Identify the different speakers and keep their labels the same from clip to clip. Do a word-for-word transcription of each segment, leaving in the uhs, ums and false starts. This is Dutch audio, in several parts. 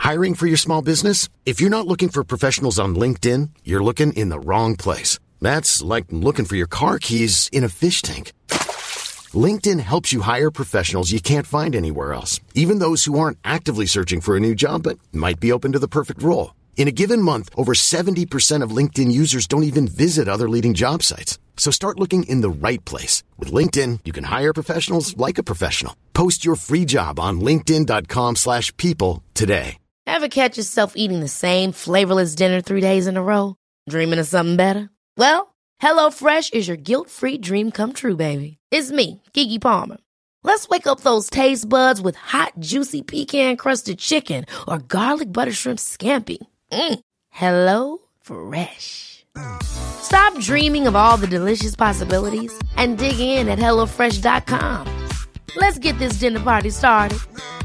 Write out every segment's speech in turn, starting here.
Speaker 1: Hiring for your small business? If you're not looking for professionals on LinkedIn, you're looking in the wrong place. That's like looking for your car keys in a fish tank. LinkedIn helps you hire professionals you can't find anywhere else, even those who aren't actively searching for a new job but might be open to the perfect role. In a given month, over seventy percent of LinkedIn users don't even visit other leading job sites. So start looking in the right place. With LinkedIn, you can hire professionals like a professional. Post your free job on linkedin.com slash people today.
Speaker 2: Ever catch yourself eating the same flavorless dinner three days in a row? Dreaming of something better? Well, HelloFresh is your guilt-free dream come true, baby. It's me, Keke Palmer. Let's wake up those taste buds with hot, juicy pecan-crusted chicken or garlic butter shrimp scampi. Mm. Hello Fresh. Stop dreaming of all the delicious possibilities and dig in at hello fresh dot com. Let's get this dinner party started.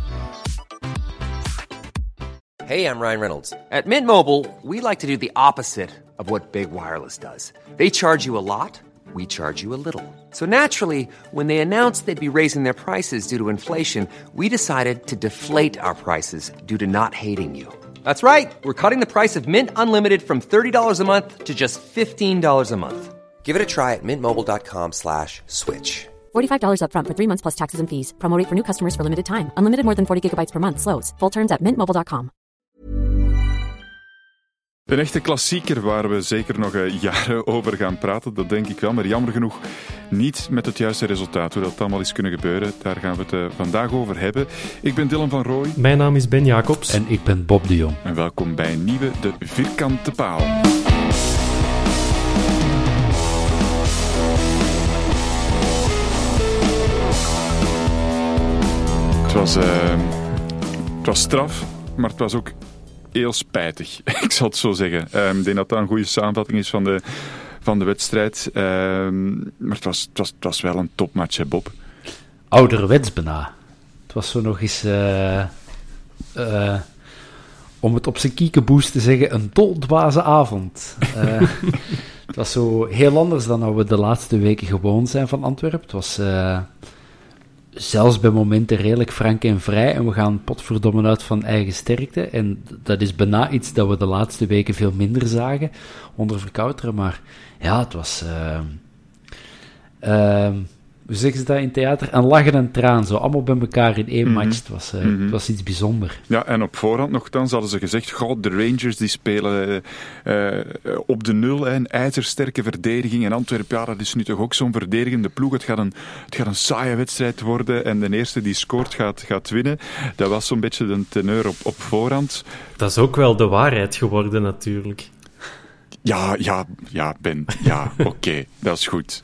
Speaker 3: Hey, I'm Ryan Reynolds. At Mint Mobile, we like to do the opposite of what Big Wireless does. They charge you a lot, we charge you a little. So naturally, when they announced they'd be raising their prices due to inflation, we decided to deflate our prices due to not hating you. That's right. We're cutting the price of Mint Unlimited from thirty dollars a month to just fifteen dollars a month. Give it a try at mintmobile.com slash switch.
Speaker 4: forty-five dollars up front for three months plus taxes and fees. Promo rate for new customers for limited time. Unlimited more than forty gigabytes per month. Slows full terms at mint mobile dot com.
Speaker 5: Een echte klassieker waar we zeker nog uh, jaren over gaan praten, dat denk ik wel. Maar jammer genoeg niet met het juiste resultaat. Hoe dat allemaal is kunnen gebeuren, daar gaan we het uh, vandaag over hebben. Ik ben Dylan van Rooij.
Speaker 6: Mijn naam is Ben Jacobs.
Speaker 7: En ik ben Bob de Jong.
Speaker 5: En welkom bij een nieuwe De Vierkante Paal. Het was, uh, het was straf, maar het was ook heel spijtig. Ik zal het zo zeggen. Um, ik denk dat dat een goede samenvatting is van de, van de wedstrijd. Um, maar het was, het, was, het was wel een topmatch, hè, Bob?
Speaker 7: Ouderwets bijna. Het was zo nog eens, uh, uh, om het op zijn kiekeboes te zeggen, een doldwaze avond. Uh, het was zo heel anders dan we de laatste weken gewoon zijn van Antwerpen. Het was uh, zelfs bij momenten redelijk frank en vrij en we gaan potverdomme uit van eigen sterkte. En dat is bijna iets dat we de laatste weken veel minder zagen onder Verkouteren. Maar ja, het was... Uh, uh, hoe zeggen ze dat in theater? Een lachen en traan, zo allemaal bij elkaar in één mm-hmm. match. Het was, uh, mm-hmm. het was iets bijzonders.
Speaker 5: Ja, en op voorhand nogthans hadden ze gezegd, goh, de Rangers die spelen uh, uh, op de nul, hè, een ijzersterke verdediging. En Antwerpen, ja, dat is nu toch ook zo'n verdedigende ploeg. Het gaat een, het gaat een saaie wedstrijd worden en de eerste die scoort gaat, gaat winnen. Dat was zo'n beetje de teneur op, op voorhand.
Speaker 6: Dat is ook wel de waarheid geworden, natuurlijk.
Speaker 5: Ja, ja, ja, Ben. Ja, oké, okay, dat is goed.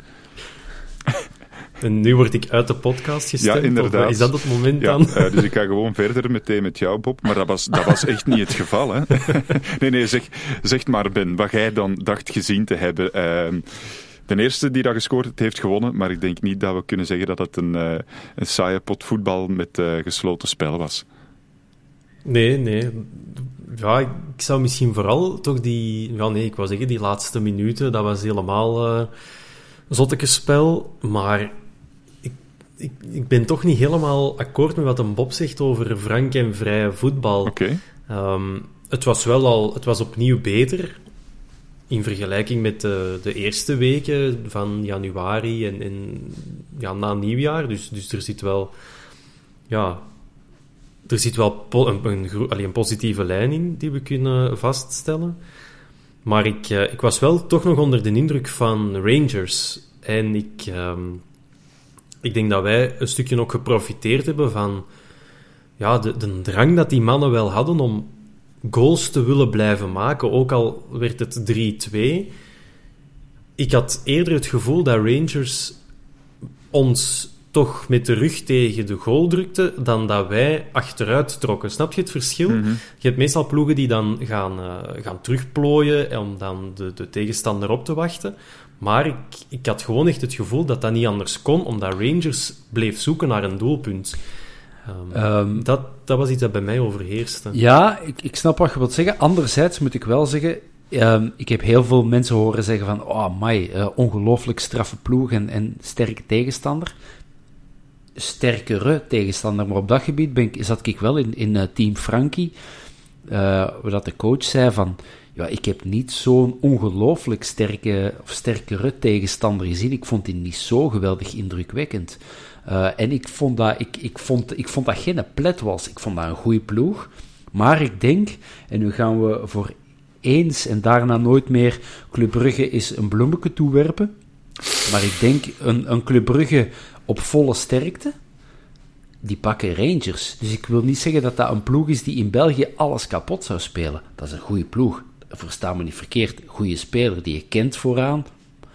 Speaker 6: En nu word ik uit de podcast gestemd?
Speaker 5: Ja, inderdaad.
Speaker 6: Of is dat het moment
Speaker 5: ja,
Speaker 6: dan?
Speaker 5: Uh, dus ik ga gewoon verder meteen met jou, Bob. Maar dat was, dat was echt niet het geval, hè. nee, nee, zeg, zeg maar, Ben, wat jij dan dacht gezien te hebben. Uh, de eerste die dat gescoord heeft, heeft gewonnen. Maar ik denk niet dat we kunnen zeggen dat het een, uh, een saaie pot voetbal met uh, gesloten spel was.
Speaker 6: Nee, nee. Ja, ik zou misschien vooral toch die... Ja, nee, ik wou zeggen, die laatste minuten, dat was helemaal... Uh, zottekespel, maar ik, ik, ik ben toch niet helemaal akkoord met wat een Bob zegt over frank en vrije voetbal.
Speaker 5: Okay.
Speaker 6: Um, het was wel al, het was opnieuw beter in vergelijking met de, de eerste weken van januari en, en ja, na nieuwjaar. Dus, dus er zit wel, ja, er zit wel po- een, een, een, een positieve lijn in die we kunnen vaststellen. Maar ik, uh, ik was wel toch nog onder de indruk van Rangers. En ik, um, ik denk dat wij een stukje ook geprofiteerd hebben van ja, de, de drang dat die mannen wel hadden om goals te willen blijven maken. Ook al werd het drie twee. Ik had eerder het gevoel dat Rangers ons toch met de rug tegen de goal drukte, dan dat wij achteruit trokken. Snap je het verschil? Mm-hmm. Je hebt meestal ploegen die dan gaan, uh, gaan terugplooien om dan de, de tegenstander op te wachten. Maar ik, ik had gewoon echt het gevoel dat dat niet anders kon, omdat Rangers bleef zoeken naar een doelpunt. Um, um, dat, dat was iets dat bij mij overheerste.
Speaker 7: Ja, ik, ik snap wat je wilt zeggen. Anderzijds moet ik wel zeggen... Um, ik heb heel veel mensen horen zeggen van... Oh, amai, uh, ongelooflijk straffe ploeg en, en sterke tegenstander. Sterkere tegenstander. Maar op dat gebied ben ik, zat ik wel in, in uh, team Frankie. uh, waar dat de coach zei van, ja, ik heb niet zo'n ongelooflijk sterke, of sterkere tegenstander gezien. Ik vond die niet zo geweldig indrukwekkend. Uh, en ik vond, dat, ik, ik, vond, ik vond dat geen plet was. Ik vond dat een goede ploeg. Maar ik denk, en nu gaan we voor eens en daarna nooit meer Club Brugge is een bloemetje toewerpen. Maar ik denk, een, een Club Brugge op volle sterkte, die pakken Rangers. Dus ik wil niet zeggen dat dat een ploeg is die in België alles kapot zou spelen. Dat is een goede ploeg. Versta me niet verkeerd. Goede speler die je kent vooraan.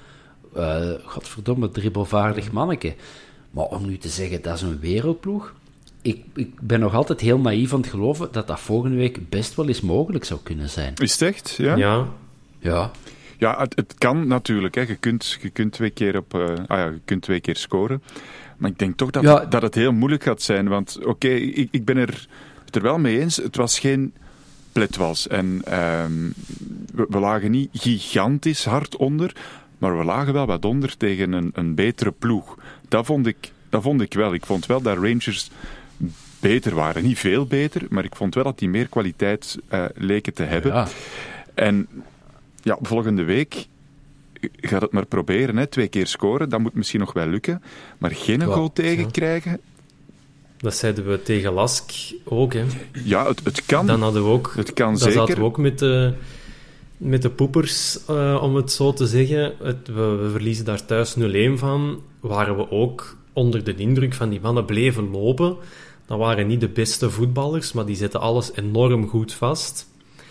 Speaker 7: Uh, godverdomme, dribbelvaardig manneke. Maar om nu te zeggen, dat is een wereldploeg. Ik, ik ben nog altijd heel naïef aan het geloven dat dat volgende week best wel eens mogelijk zou kunnen zijn.
Speaker 5: Is het echt? Ja.
Speaker 6: Ja.
Speaker 7: Ja.
Speaker 5: Ja, het, het kan natuurlijk. Hè. Je, kunt, je, kunt twee keer op, uh, ah ja, je kunt twee keer scoren. Maar ik denk toch dat,
Speaker 7: ja.
Speaker 5: dat het heel moeilijk gaat zijn. Want oké, okay, ik, ik ben er, het er wel mee eens. Het was geen pletwals. En um, we, we lagen niet gigantisch hard onder. Maar we lagen wel wat onder tegen een, een betere ploeg. Dat vond, ik, dat vond ik wel. Ik vond wel dat Rangers beter waren. Niet veel beter, maar ik vond wel dat die meer kwaliteit uh, leken te hebben.
Speaker 7: Ja.
Speaker 5: En ja, volgende week gaat het maar proberen. Hè. Twee keer scoren, dat moet misschien nog wel lukken. Maar geen
Speaker 7: ja,
Speaker 5: goal tegen
Speaker 6: ja.
Speaker 5: krijgen.
Speaker 6: Dat zeiden we tegen Lask ook, hè.
Speaker 5: Ja, het, het kan.
Speaker 6: Dan hadden we ook,
Speaker 5: het kan
Speaker 6: dan
Speaker 5: zeker.
Speaker 6: zaten we ook met de, met de poepers, uh, om het zo te zeggen. Het, we, we verliezen daar thuis nul-een van. Waren we ook onder de indruk van die mannen bleven lopen. Dat waren niet de beste voetballers, maar die zetten alles enorm goed vast.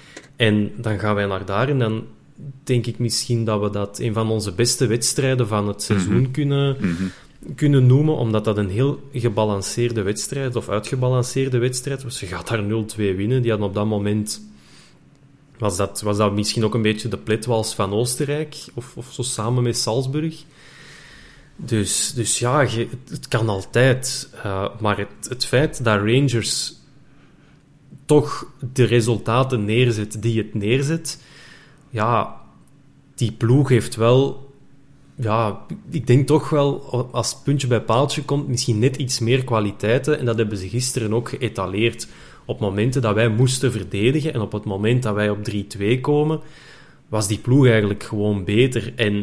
Speaker 6: En dan gaan wij naar daar en dan denk ik misschien dat we dat een van onze beste wedstrijden van het seizoen
Speaker 5: mm-hmm.
Speaker 6: kunnen,
Speaker 5: mm-hmm.
Speaker 6: kunnen noemen, omdat dat een heel gebalanceerde wedstrijd, of uitgebalanceerde wedstrijd was. Je gaat daar nul-twee winnen. Die hadden op dat moment... Was dat, was dat misschien ook een beetje de pletwals van Oostenrijk, of, of zo samen met Salzburg. Dus, dus ja, je, het, het kan altijd. Uh, maar het, het feit dat Rangers toch de resultaten neerzet die het neerzet, ja, die ploeg heeft wel, ja, ik denk toch wel, als het puntje bij paaltje komt, misschien net iets meer kwaliteiten. En dat hebben ze gisteren ook geëtaleerd. Op momenten dat wij moesten verdedigen en op het moment dat wij op drie-twee komen, was die ploeg eigenlijk gewoon beter. En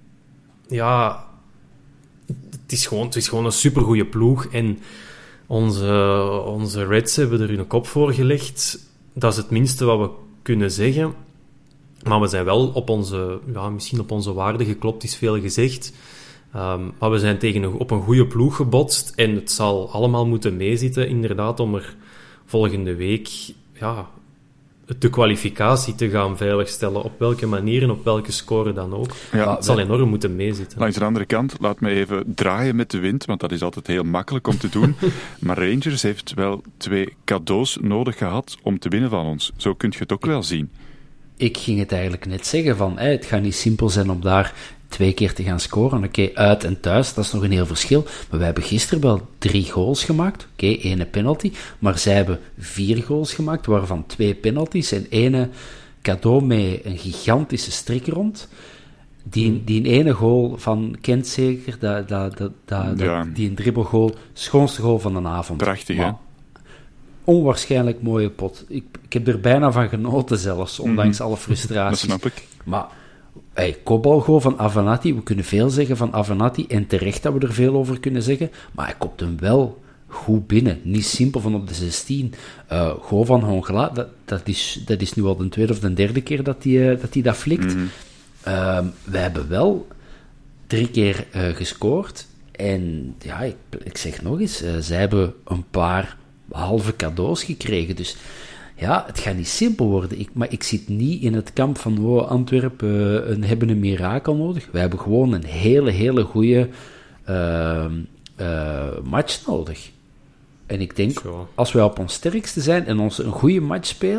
Speaker 6: ja, het is gewoon, het is gewoon een supergoeie ploeg. En onze, onze Reds hebben er hun kop voor gelegd. Dat is het minste wat we kunnen zeggen. Maar we zijn wel op onze, ja, misschien op onze waarde geklopt, is veel gezegd. Um, maar we zijn tegen een, op een goede ploeg gebotst. En het zal allemaal moeten meezitten, inderdaad, om er volgende week ja, de kwalificatie te gaan veiligstellen. Op welke manier en op welke score dan ook.
Speaker 5: Ja,
Speaker 6: het zal enorm moeten meezitten.
Speaker 5: Langs de andere kant, laat me even draaien met de wind, want dat is altijd heel makkelijk om te doen. Maar Rangers heeft wel twee cadeaus nodig gehad om te winnen van ons. Zo kun je het ook wel zien.
Speaker 7: Ik ging het eigenlijk net zeggen, van, hey, het gaat niet simpel zijn om daar twee keer te gaan scoren. Oké, okay, uit en thuis, dat is nog een heel verschil. Maar wij hebben gisteren wel drie goals gemaakt. Oké, okay, ene penalty. Maar zij hebben vier goals gemaakt, waarvan twee penalties en ene cadeau met een gigantische strik rond. Die, die ene goal van Kent zeker, dat, dat, dat, dat,
Speaker 5: ja.
Speaker 7: die een dribbelgoal, schoonste goal van de avond.
Speaker 5: Prachtig,
Speaker 7: maar,
Speaker 5: hè?
Speaker 7: Onwaarschijnlijk mooie pot. Ik, ik heb er bijna van genoten zelfs, ondanks mm-hmm. alle frustraties.
Speaker 5: Dat snap ik.
Speaker 7: Maar hey, kopbalgoal van Avenatti, we kunnen veel zeggen van Avenatti, en terecht dat we er veel over kunnen zeggen, maar hij kopt hem wel goed binnen. Niet simpel van op de zestien. Uh, goal van Hongla, dat, dat, is, dat is nu al de tweede of de derde keer dat hij uh, dat, dat flikt. Mm-hmm. Uh, wij hebben wel drie keer uh, gescoord. En ja, ik, ik zeg nog eens, uh, zij hebben een paar halve cadeaus gekregen. Dus ja, het gaat niet simpel worden. Ik, maar ik zit niet in het kamp van oh, Antwerpen uh, een, hebben een mirakel nodig. Wij hebben gewoon een hele, hele goede uh, uh, match nodig. En ik denk, Zo. als wij op ons sterkste zijn en ons een goede match spelen,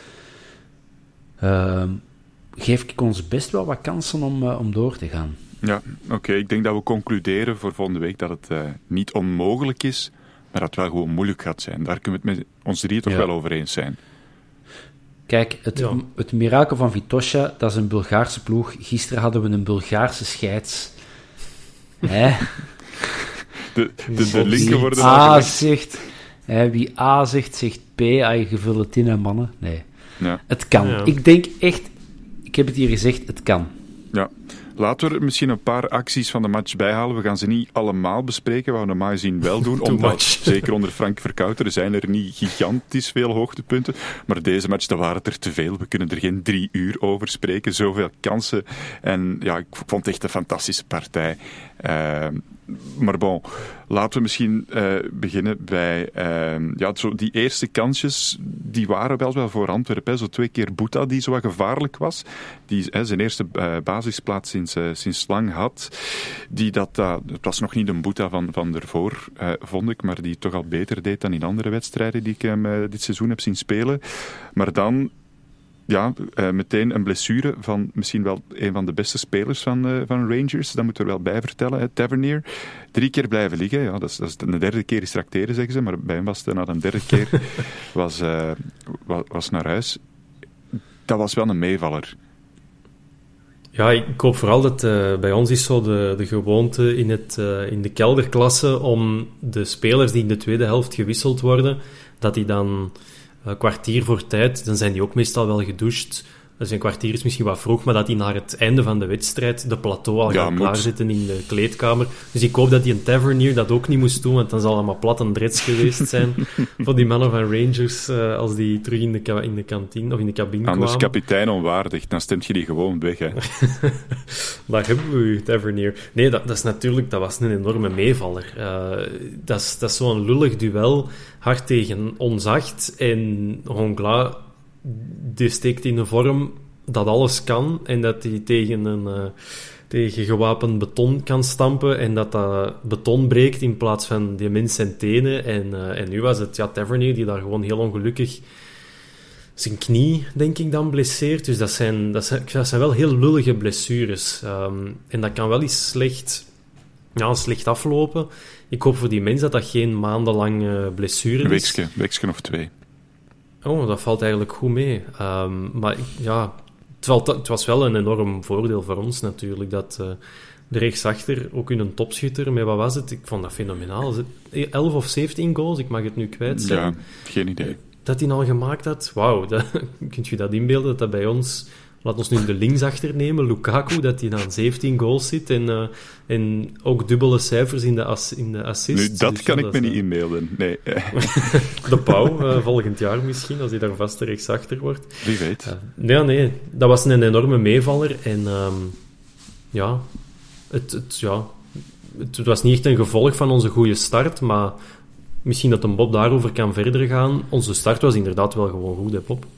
Speaker 7: uh, geef ik ons best wel wat kansen om, uh, om door te gaan.
Speaker 5: Ja, oké. Okay. Ik denk dat we concluderen voor volgende week dat het uh, niet onmogelijk is, maar dat het wel gewoon moeilijk gaat zijn. Daar kunnen we het met ons drieën toch ja. wel over eens zijn.
Speaker 7: Kijk, het, ja. het mirakel van Vitosha, dat is een Bulgaarse ploeg. Gisteren hadden we een Bulgaarse scheids. Hè?
Speaker 5: De, de, de linken worden
Speaker 7: ah,
Speaker 5: al gelegd.
Speaker 7: zegt... Hè, wie A zegt, zegt P. Ah, je vult het in, hè, mannen. Nee.
Speaker 5: Ja.
Speaker 7: Het kan.
Speaker 6: Ja.
Speaker 7: Ik denk echt... Ik heb het hier gezegd, het kan.
Speaker 5: Ja. Laten we er misschien een paar acties van de match bijhalen. We gaan ze niet allemaal bespreken, wat we normaal gezien wel doen. Omdat,
Speaker 6: much.
Speaker 5: zeker onder Frank Verkouter, zijn er niet gigantisch veel hoogtepunten. Maar deze match, daar waren het er te veel. We kunnen er geen drie uur over spreken. Zoveel kansen. En ja, ik vond het echt een fantastische partij. Uh, maar bon, laten we misschien uh, beginnen bij uh, ja, zo die eerste kansjes, die waren wel wel voor Antwerpen. Hè. Zo twee keer Boeta, die zo wat gevaarlijk was. Die hè, zijn eerste uh, basisplaats sinds, uh, sinds lang had. Die dat, uh, het was nog niet een Boeta van, van ervoor, uh, vond ik, maar die toch al beter deed dan in andere wedstrijden die ik hem uh, dit seizoen heb zien spelen. Maar dan... Ja, uh, meteen een blessure van misschien wel een van de beste spelers van, uh, van Rangers. Dat moet er wel bij vertellen, hè. Tavernier. Drie keer blijven liggen. Ja, dat is, dat is de derde keer is tracteren, zeggen ze. Maar bij hem was het na de derde keer was, uh, was, was naar huis. Dat was wel een meevaller.
Speaker 6: Ja, ik hoop vooral dat uh, bij ons is zo de, de gewoonte in, het, uh, in de kelderklasse om de spelers die in de tweede helft gewisseld worden, dat die dan... Een kwartier voor tijd, dan zijn die ook meestal wel gedoucht. Dus een kwartier is misschien wat vroeg, maar dat die naar het einde van de wedstrijd de plateau al
Speaker 5: ja,
Speaker 6: gaan
Speaker 5: moet.
Speaker 6: klaarzitten in de kleedkamer. Dus ik hoop dat die een Tavernier dat ook niet moest doen, want dan zal het allemaal plat en drets geweest zijn voor die mannen van Rangers uh, als die terug in de, ka- in de kantine of in de cabine kwamen.
Speaker 5: Anders kapitein onwaardig, dan stemt je die gewoon weg, hè.
Speaker 6: Daar hebben we u, Tavernier. Nee, dat, dat is natuurlijk, dat was een enorme meevaller. Uh, dat is, dat is zo'n lullig duel, hard tegen onzacht. En Hongla, die steekt in een vorm dat alles kan en dat hij tegen een uh, tegen gewapend beton kan stampen en dat dat beton breekt in plaats van die mens zijn tenen. En, uh, en nu was het ja, Tavernier die daar gewoon heel ongelukkig zijn knie, denk ik, dan blesseert. Dus dat zijn, dat zijn, dat zijn wel heel lullige blessures. Um, en dat kan wel eens slecht, ja, slecht aflopen. Ik hoop voor die mens dat dat geen maandenlang uh, blessure
Speaker 5: Een
Speaker 6: is.
Speaker 5: weekje, weekje of twee.
Speaker 6: Oh, dat valt eigenlijk goed mee. Um, maar ja, het, valt, het was wel een enorm voordeel voor ons natuurlijk, dat uh, de rechtsachter, ook in een topschutter, met wat was het? Ik vond dat fenomenaal. elf of zeventien goals, ik mag het nu kwijt zijn.
Speaker 5: Ja, geen idee.
Speaker 6: Dat hij al gemaakt had, wauw, dat, kunt je dat inbeelden, dat dat bij ons... Laat ons nu de linksachter nemen, Lukaku, dat hij aan zeventien goals zit en, uh, en ook dubbele cijfers in de, as, in de assists.
Speaker 5: Nu, dat
Speaker 6: dus,
Speaker 5: kan
Speaker 6: ja,
Speaker 5: ik
Speaker 6: dat
Speaker 5: me
Speaker 6: is,
Speaker 5: niet inbeelden, nee.
Speaker 6: De Pauw, uh, volgend jaar misschien, als hij daar vast rechtsachter wordt.
Speaker 5: Wie weet.
Speaker 6: Uh, nee, nee, dat was een enorme meevaller en um, ja, het, het, ja, het, het was niet echt een gevolg van onze goede start, maar misschien dat een Bob daarover kan verder gaan. Onze start was inderdaad wel gewoon goed, hè, Bob?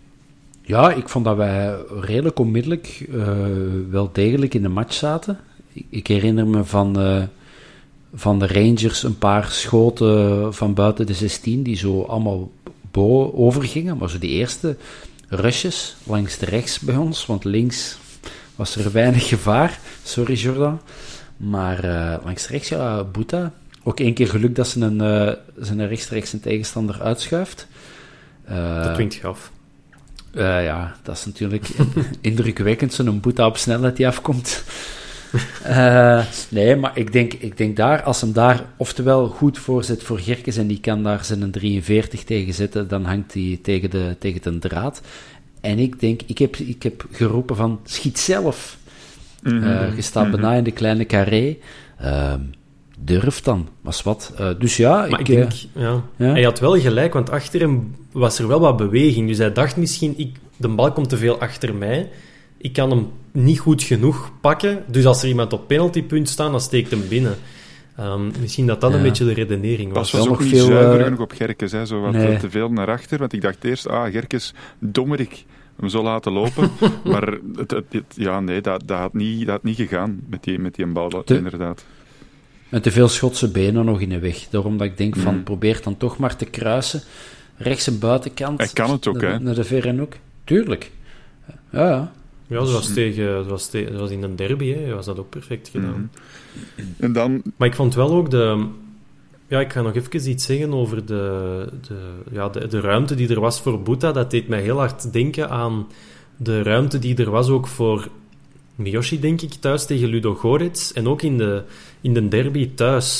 Speaker 7: Ja, ik vond dat wij redelijk onmiddellijk uh, wel degelijk in de match zaten. Ik, ik herinner me van, uh, van de Rangers een paar schoten van buiten de zestien die zo allemaal bo- overgingen. Maar zo die eerste rushes langs de rechts bij ons, want links was er weinig gevaar. Sorry, Jordan. Maar uh, langs rechts, ja, Boeta. Ook één keer geluk dat ze een, uh, zijn rechtstreeks een tegenstander uitschuift. Uh,
Speaker 6: dat dwingt je af.
Speaker 7: Uh, ja, dat is natuurlijk indrukwekkend, zo'n Boeta op snelheid die afkomt. Uh, nee, maar ik denk, ik denk daar, als hem daar oftewel goed voorzet voor Gerkes en die kan daar zijn drieënveertig tegen zetten, dan hangt hij tegen de, tegen de draad. En ik denk, ik heb, ik heb geroepen van, schiet zelf. Mm-hmm. Uh, je staat bijna in de kleine carré. Uh, durf dan, was wat. Uh, dus ja,
Speaker 6: maar ik,
Speaker 7: ik
Speaker 6: denk,
Speaker 7: uh,
Speaker 6: ja.
Speaker 7: ja.
Speaker 6: Hij had wel gelijk, want achter hem was er wel wat beweging. Dus hij dacht misschien, ik, de bal komt te veel achter mij. Ik kan hem niet goed genoeg pakken. Dus als er iemand op penaltypunt staat, dan steekt hem binnen. Um, misschien dat dat ja. een beetje de redenering was.
Speaker 5: Pas was ook niet
Speaker 7: veel,
Speaker 5: zuiver
Speaker 7: uh...
Speaker 5: genoeg op Gerkes, hè, zo wat
Speaker 7: nee.
Speaker 5: te veel naar achter. Want ik dacht eerst, ah, Gerkes, dommerik, hem zo laten lopen. Maar het, het, het, ja, nee, dat, dat, had niet, dat had niet gegaan met die, met die bal,
Speaker 7: te,
Speaker 5: inderdaad.
Speaker 7: Met te veel Schotse benen nog in de weg. Daarom dat ik denk van, mm. probeer dan toch maar te kruisen. Rechts en buitenkant.
Speaker 5: Hij kan het ook,
Speaker 7: naar,
Speaker 5: hè.
Speaker 7: Naar de verre hoek. Tuurlijk. Ja, ja.
Speaker 6: Ja, dat was, tegen, dat was, te, dat was in een derby, hè. Was dat ook perfect gedaan.
Speaker 5: Mm. En dan...
Speaker 6: Maar ik vond wel ook de... Ja, ik ga nog even iets zeggen over de, de, ja, de, de ruimte die er was voor Boeta. Dat deed mij heel hard denken aan de ruimte die er was ook voor Miyoshi, denk ik, thuis tegen Ludogorets. En ook in de, in de derby thuis.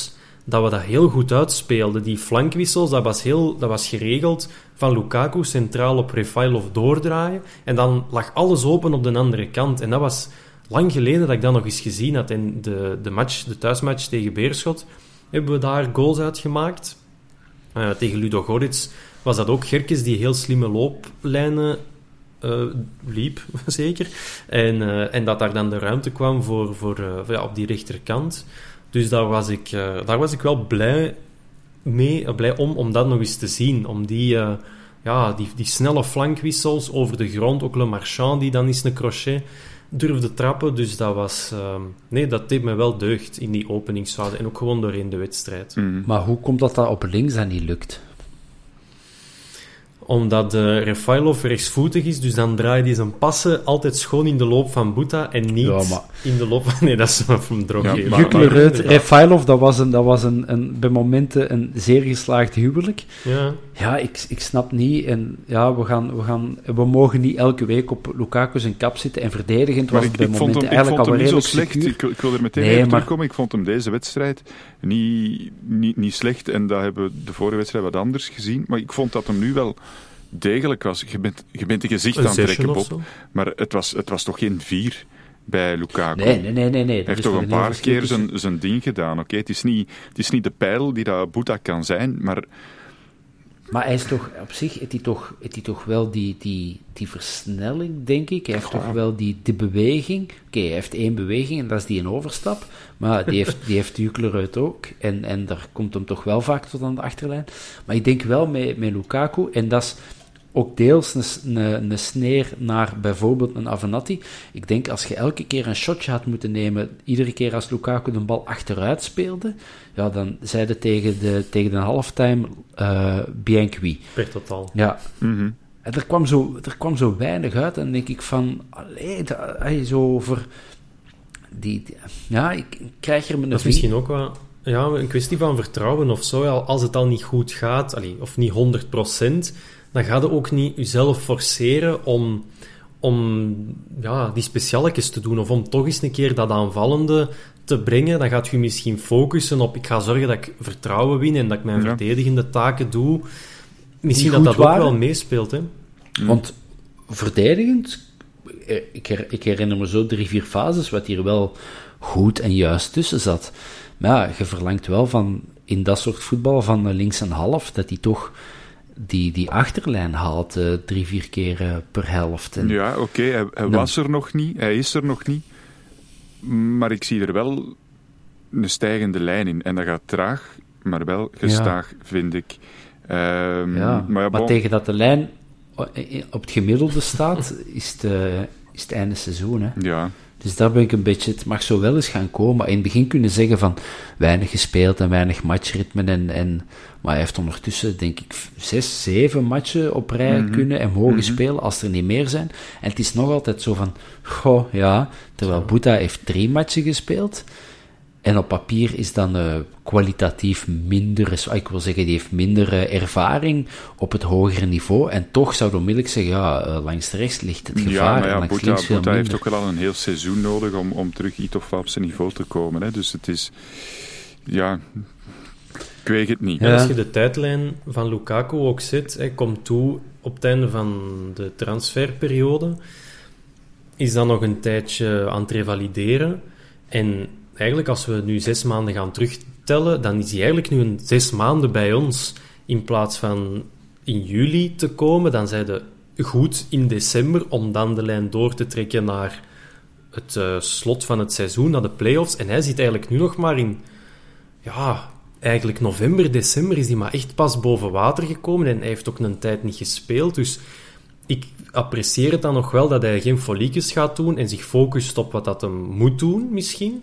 Speaker 6: dat we dat heel goed uitspeelden. Die flankwissels, dat was, heel, dat was geregeld van Lukaku centraal op Refailov doordraaien. En dan lag alles open op de andere kant. En dat was lang geleden dat ik dat nog eens gezien had. En de, de, match, de thuismatch tegen Beerschot hebben we daar goals uitgemaakt. Uh, tegen Ludogorets was dat ook Gerkes die heel slimme looplijnen uh, liep, zeker. En, uh, en dat daar dan de ruimte kwam voor, voor, uh, voor ja, op die rechterkant. Dus daar was ik, uh, daar was ik wel blij mee, uh, blij om, om dat nog eens te zien. Om die, uh, ja, die, die snelle flankwissels over de grond. Ook Le Marchand die dan eens een crochet durfde trappen. Dus dat was... Uh, nee, dat deed me wel deugd in die openingsfase. En ook gewoon doorheen de wedstrijd.
Speaker 5: Mm.
Speaker 7: Maar hoe komt dat dat op links dan niet lukt?
Speaker 6: Omdat uh, Refailov rechtsvoetig is, dus dan draait hij zijn passen altijd schoon in de loop van Buta en niet
Speaker 7: Ja, maar...
Speaker 6: in de loop van... Nee, dat is van hem drogeven.
Speaker 5: Ja, maar-
Speaker 7: Juklerud, Refailov, dat was, een, dat was een, een, bij momenten een zeer geslaagd huwelijk.
Speaker 6: Ja.
Speaker 7: Ja, ik, ik snap niet. En ja, we, gaan, we, gaan, we mogen niet elke week op Lukaku zijn kap zitten en verdedigend was
Speaker 5: Maar
Speaker 7: het
Speaker 5: ik,
Speaker 7: bij
Speaker 5: ik vond
Speaker 7: momenten
Speaker 5: hem, ik
Speaker 7: eigenlijk
Speaker 5: vond
Speaker 7: al
Speaker 5: hem
Speaker 7: wel
Speaker 5: niet zo
Speaker 7: redelijk
Speaker 5: slecht.
Speaker 7: secuur.
Speaker 5: Ik, ik wil er meteen
Speaker 7: Nee,
Speaker 5: even
Speaker 7: maar-
Speaker 5: terugkomen. Ik vond hem deze wedstrijd niet, niet, niet slecht. En dat hebben we de vorige wedstrijd wat anders gezien. Maar ik vond dat hem nu wel degelijk was. Je bent, je bent een gezicht
Speaker 6: Een
Speaker 5: aan het trekken,
Speaker 6: zesje of
Speaker 5: Bob.
Speaker 6: zo.
Speaker 5: Maar het was, het was toch geen vier bij Lukaku?
Speaker 7: Nee, nee, nee. nee, nee.
Speaker 5: Hij
Speaker 7: Dat
Speaker 5: heeft
Speaker 7: is
Speaker 5: toch
Speaker 7: nog
Speaker 5: een
Speaker 7: heel
Speaker 5: paar
Speaker 7: verschil
Speaker 5: keer
Speaker 7: tussen-
Speaker 5: zijn, zijn ding gedaan. Oké, het is niet, het is niet de pijl die dat Buta kan zijn, maar...
Speaker 7: Maar hij is toch, op zich heeft hij toch, heeft hij toch wel die, die, die versnelling, denk ik. Hij heeft toch wel die, die beweging. Oké, hij heeft één beweging en dat is die een overstap. Maar die heeft, die heeft Juklerud ook. En, en daar komt hem toch wel vaak tot aan de achterlijn. Maar ik denk wel met, met Lukaku, en dat is ook deels een, een, een sneer naar bijvoorbeeld een Avenatti. Ik denk als je elke keer een shotje had moeten nemen, iedere keer als Lukaku de bal achteruit speelde, ja, dan zeiden tegen de, tegen de halftime uh, bien cuit.
Speaker 6: Per totaal.
Speaker 7: Ja.
Speaker 5: Mm-hmm.
Speaker 7: En er kwam, zo, er kwam zo weinig uit. En dan denk ik van, allee, dat, allee, zo over... Die, die- ja, ik, ik krijg er met een
Speaker 6: Dat is misschien ook wel ja, een kwestie van vertrouwen of zo. Ja, als het al niet goed gaat, allee, of niet honderd procent, dan ga je ook niet jezelf forceren om, om ja, die specialetjes te doen. Of om toch eens een keer dat aanvallende te brengen. Dan gaat je misschien focussen op, ik ga zorgen dat ik vertrouwen win en dat ik mijn
Speaker 5: Ja.
Speaker 6: verdedigende taken doe. Misschien
Speaker 7: Die
Speaker 6: dat
Speaker 7: goed
Speaker 6: dat ook
Speaker 7: waren.
Speaker 6: wel meespeelt, hè.
Speaker 7: Want verdedigend, eh, ik, her- ik herinner me zo drie, vier fases, wat hier wel goed en juist tussen zat. Maar ja, je verlangt wel van, in dat soort voetbal, van een links en half, dat hij toch die, die achterlijn haalt, eh, drie, vier keer eh, per helft. En,
Speaker 5: Ja, oké, hij, hij
Speaker 7: Dan-
Speaker 5: was er nog niet, hij is er nog niet. Maar ik zie er wel een stijgende lijn in. En dat gaat traag, maar wel gestaag, vind ik. Ehm,
Speaker 7: ja,
Speaker 5: maar ja,
Speaker 7: maar
Speaker 5: bon,
Speaker 7: tegen dat de lijn o- eh, op het gemiddelde staat, is het, eh, is het einde seizoen, hè.
Speaker 5: ja,
Speaker 7: Dus daar ben ik een beetje... Het mag zo wel eens gaan komen. Maar in het begin kunnen zeggen van... Weinig gespeeld en weinig matchritme. En, en, maar hij heeft ondertussen, denk ik... Zes, zeven matchen op rij
Speaker 5: Mhm.
Speaker 7: kunnen en mogen
Speaker 5: Mhm.
Speaker 7: spelen als er niet meer zijn. En het is nog altijd zo van... Goh, ja... Terwijl Buta heeft drie matchen gespeeld. En op papier is dan uh, kwalitatief minder... is- Ik wil zeggen, die heeft minder uh, ervaring op het hogere niveau. En toch zou je onmiddellijk zeggen... Ja, uh, langs rechts ligt het gevaar.
Speaker 5: ja, maar
Speaker 7: en
Speaker 5: ja,
Speaker 7: langs
Speaker 5: Buta,
Speaker 7: links veel
Speaker 5: Buta heeft
Speaker 7: minder.
Speaker 5: ook wel al een heel seizoen nodig om, om terug iets of wat op zijn niveau te komen. Hè. Dus het is... Ja... Ik weet het niet.
Speaker 6: Ja,
Speaker 7: Ja.
Speaker 6: als je de tijdlijn van Lukaku ook zet, hij komt toe op het einde van de transferperiode, is dan nog een tijdje aan het revalideren. En eigenlijk, als we nu zes maanden gaan terugtellen, dan is hij eigenlijk nu een zes maanden bij ons. In plaats van in juli te komen, dan zijn ze goed in december, om dan de lijn door te trekken naar het uh, slot van het seizoen, naar de play-offs. En hij zit eigenlijk nu nog maar in... Ja, eigenlijk november, december is hij maar echt pas boven water gekomen en hij heeft ook een tijd niet gespeeld. Dus ik apprecieer het dan nog wel dat hij geen foliekjes gaat doen en zich focust op wat dat hem moet doen, misschien.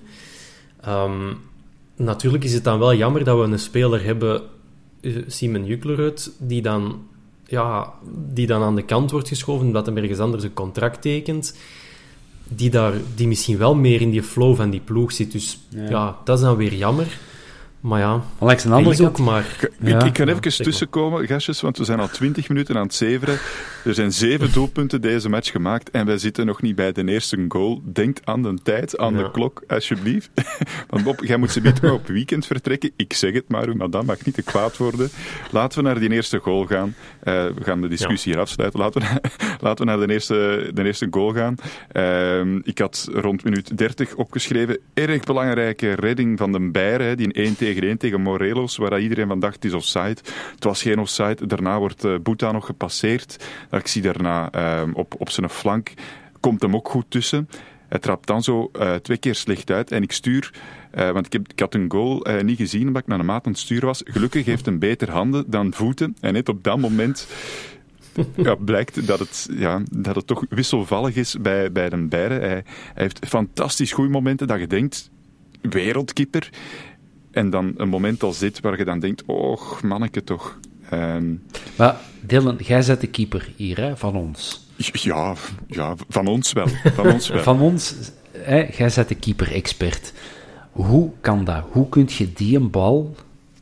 Speaker 6: Um, natuurlijk is het dan wel jammer dat we een speler hebben, uh, Simon Juklerud, die dan, ja, die dan aan de kant wordt geschoven omdat hij ergens anders een contract tekent, die, daar, die misschien wel meer in die flow van die ploeg zit. Dus ja,
Speaker 7: Ja.
Speaker 6: dat is dan weer jammer. Maar ja,
Speaker 7: Maar langs een
Speaker 6: hij
Speaker 7: andere
Speaker 6: is
Speaker 7: kant...
Speaker 6: ook maar...
Speaker 5: Ik,
Speaker 7: Ja.
Speaker 5: ik kan even
Speaker 6: Ja, zeg
Speaker 5: tussenkomen, gastjes, want we zijn al twintig minuten aan het zeveren. Er zijn zeven doelpunten deze match gemaakt en wij zitten nog niet bij de eerste goal. Denk aan de tijd, aan ja. de klok, alsjeblieft. Want Bob, jij moet ze niet meer op weekend vertrekken. Ik zeg het maar, maar dat mag niet te kwaad worden. Laten we naar die eerste goal gaan. Uh, we gaan de discussie ja. hier afsluiten. Laten we, laten we naar de eerste, de eerste goal gaan. Uh, ik had rond minuut dertig opgeschreven. Erg belangrijke redding van de Beieren, die in één tegen één tegen Morelos, waar iedereen van dacht, het is offside. Het was geen offside. Daarna wordt uh, Bouta nog gepasseerd. Ik zie daarna uh, op, op zijn flank, komt hem ook goed tussen. Hij trapt dan zo uh, twee keer slecht uit en ik stuur, uh, want ik, heb, ik had een goal uh, niet gezien omdat ik naar de maat aan het sturen was. Gelukkig heeft hij beter handen dan voeten en net op dat moment ja, blijkt dat het, ja, dat het toch wisselvallig is bij, bij de Beieren. Hij, hij heeft fantastisch goede momenten dat je denkt, wereldkeeper. En dan een moment als dit waar je dan denkt, oh manneke toch. Um,
Speaker 7: maar Dylan, jij bent de keeper hier, hè, van ons.
Speaker 5: Ja, ja, van ons wel. Van ons, wel.
Speaker 7: van ons hè, jij bent de keeper-expert. Hoe kan dat? Hoe kun je die een bal...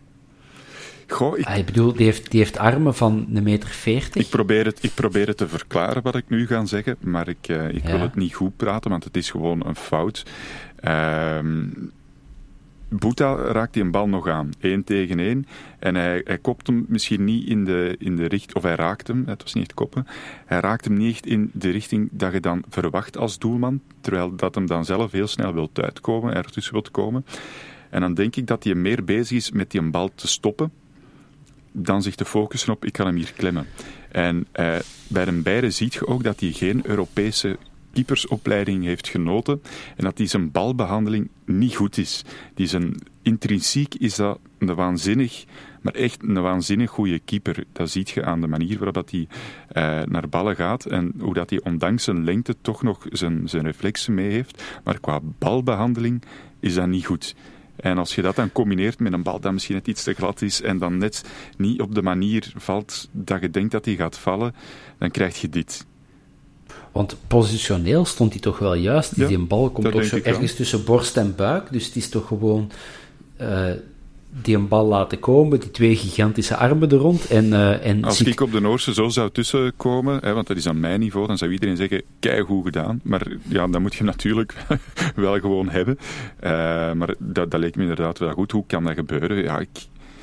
Speaker 5: Goh, ik...
Speaker 7: Ah, ik bedoel, die heeft, die heeft armen van een meter veertig.
Speaker 5: Ik probeer, het, ik probeer het te verklaren wat ik nu ga zeggen, maar ik, uh, ik ja. wil het niet goed praten, want het is gewoon een fout. Ehm... Uh, Bouta raakt die een bal nog aan, één tegen één. En hij, hij kopt hem misschien niet in de, in de richting, of hij raakt hem, het was niet echt koppen, hij raakt hem niet echt in de richting dat je dan verwacht als doelman, terwijl dat hem dan zelf heel snel wil uitkomen, ertussen wil komen. En dan denk ik dat hij meer bezig is met die een bal te stoppen, dan zich te focussen op, ik kan hem hier klemmen. En eh, bij de Beieren ziet je ook dat hij geen Europese keepersopleiding heeft genoten en dat die zijn balbehandeling niet goed is. Die zijn intrinsiek is dat een waanzinnig, maar echt een waanzinnig goede keeper. Dat ziet je aan de manier waarop hij uh, naar ballen gaat en hoe dat hij ondanks zijn lengte toch nog zijn, zijn reflexen mee heeft. Maar qua balbehandeling is dat niet goed. En als je dat dan combineert met een bal dat misschien net iets te glad is en dan net niet op de manier valt dat je denkt dat hij gaat vallen, dan krijg je dit.
Speaker 7: Want positioneel stond hij toch wel juist. Ja, die bal komt toch zo ergens wel tussen borst en buik. Dus het is toch gewoon uh, die een bal laten komen, die twee gigantische armen er rond. En, uh, en
Speaker 5: Als
Speaker 7: ziet...
Speaker 5: ik op de Noorse zo zou tussenkomen, hè, want dat is aan mijn niveau, dan zou iedereen zeggen, keigoed gedaan. Maar ja, dat moet je natuurlijk wel gewoon hebben. Uh, maar dat, dat leek me inderdaad wel goed. Hoe kan dat gebeuren? Ja, ik...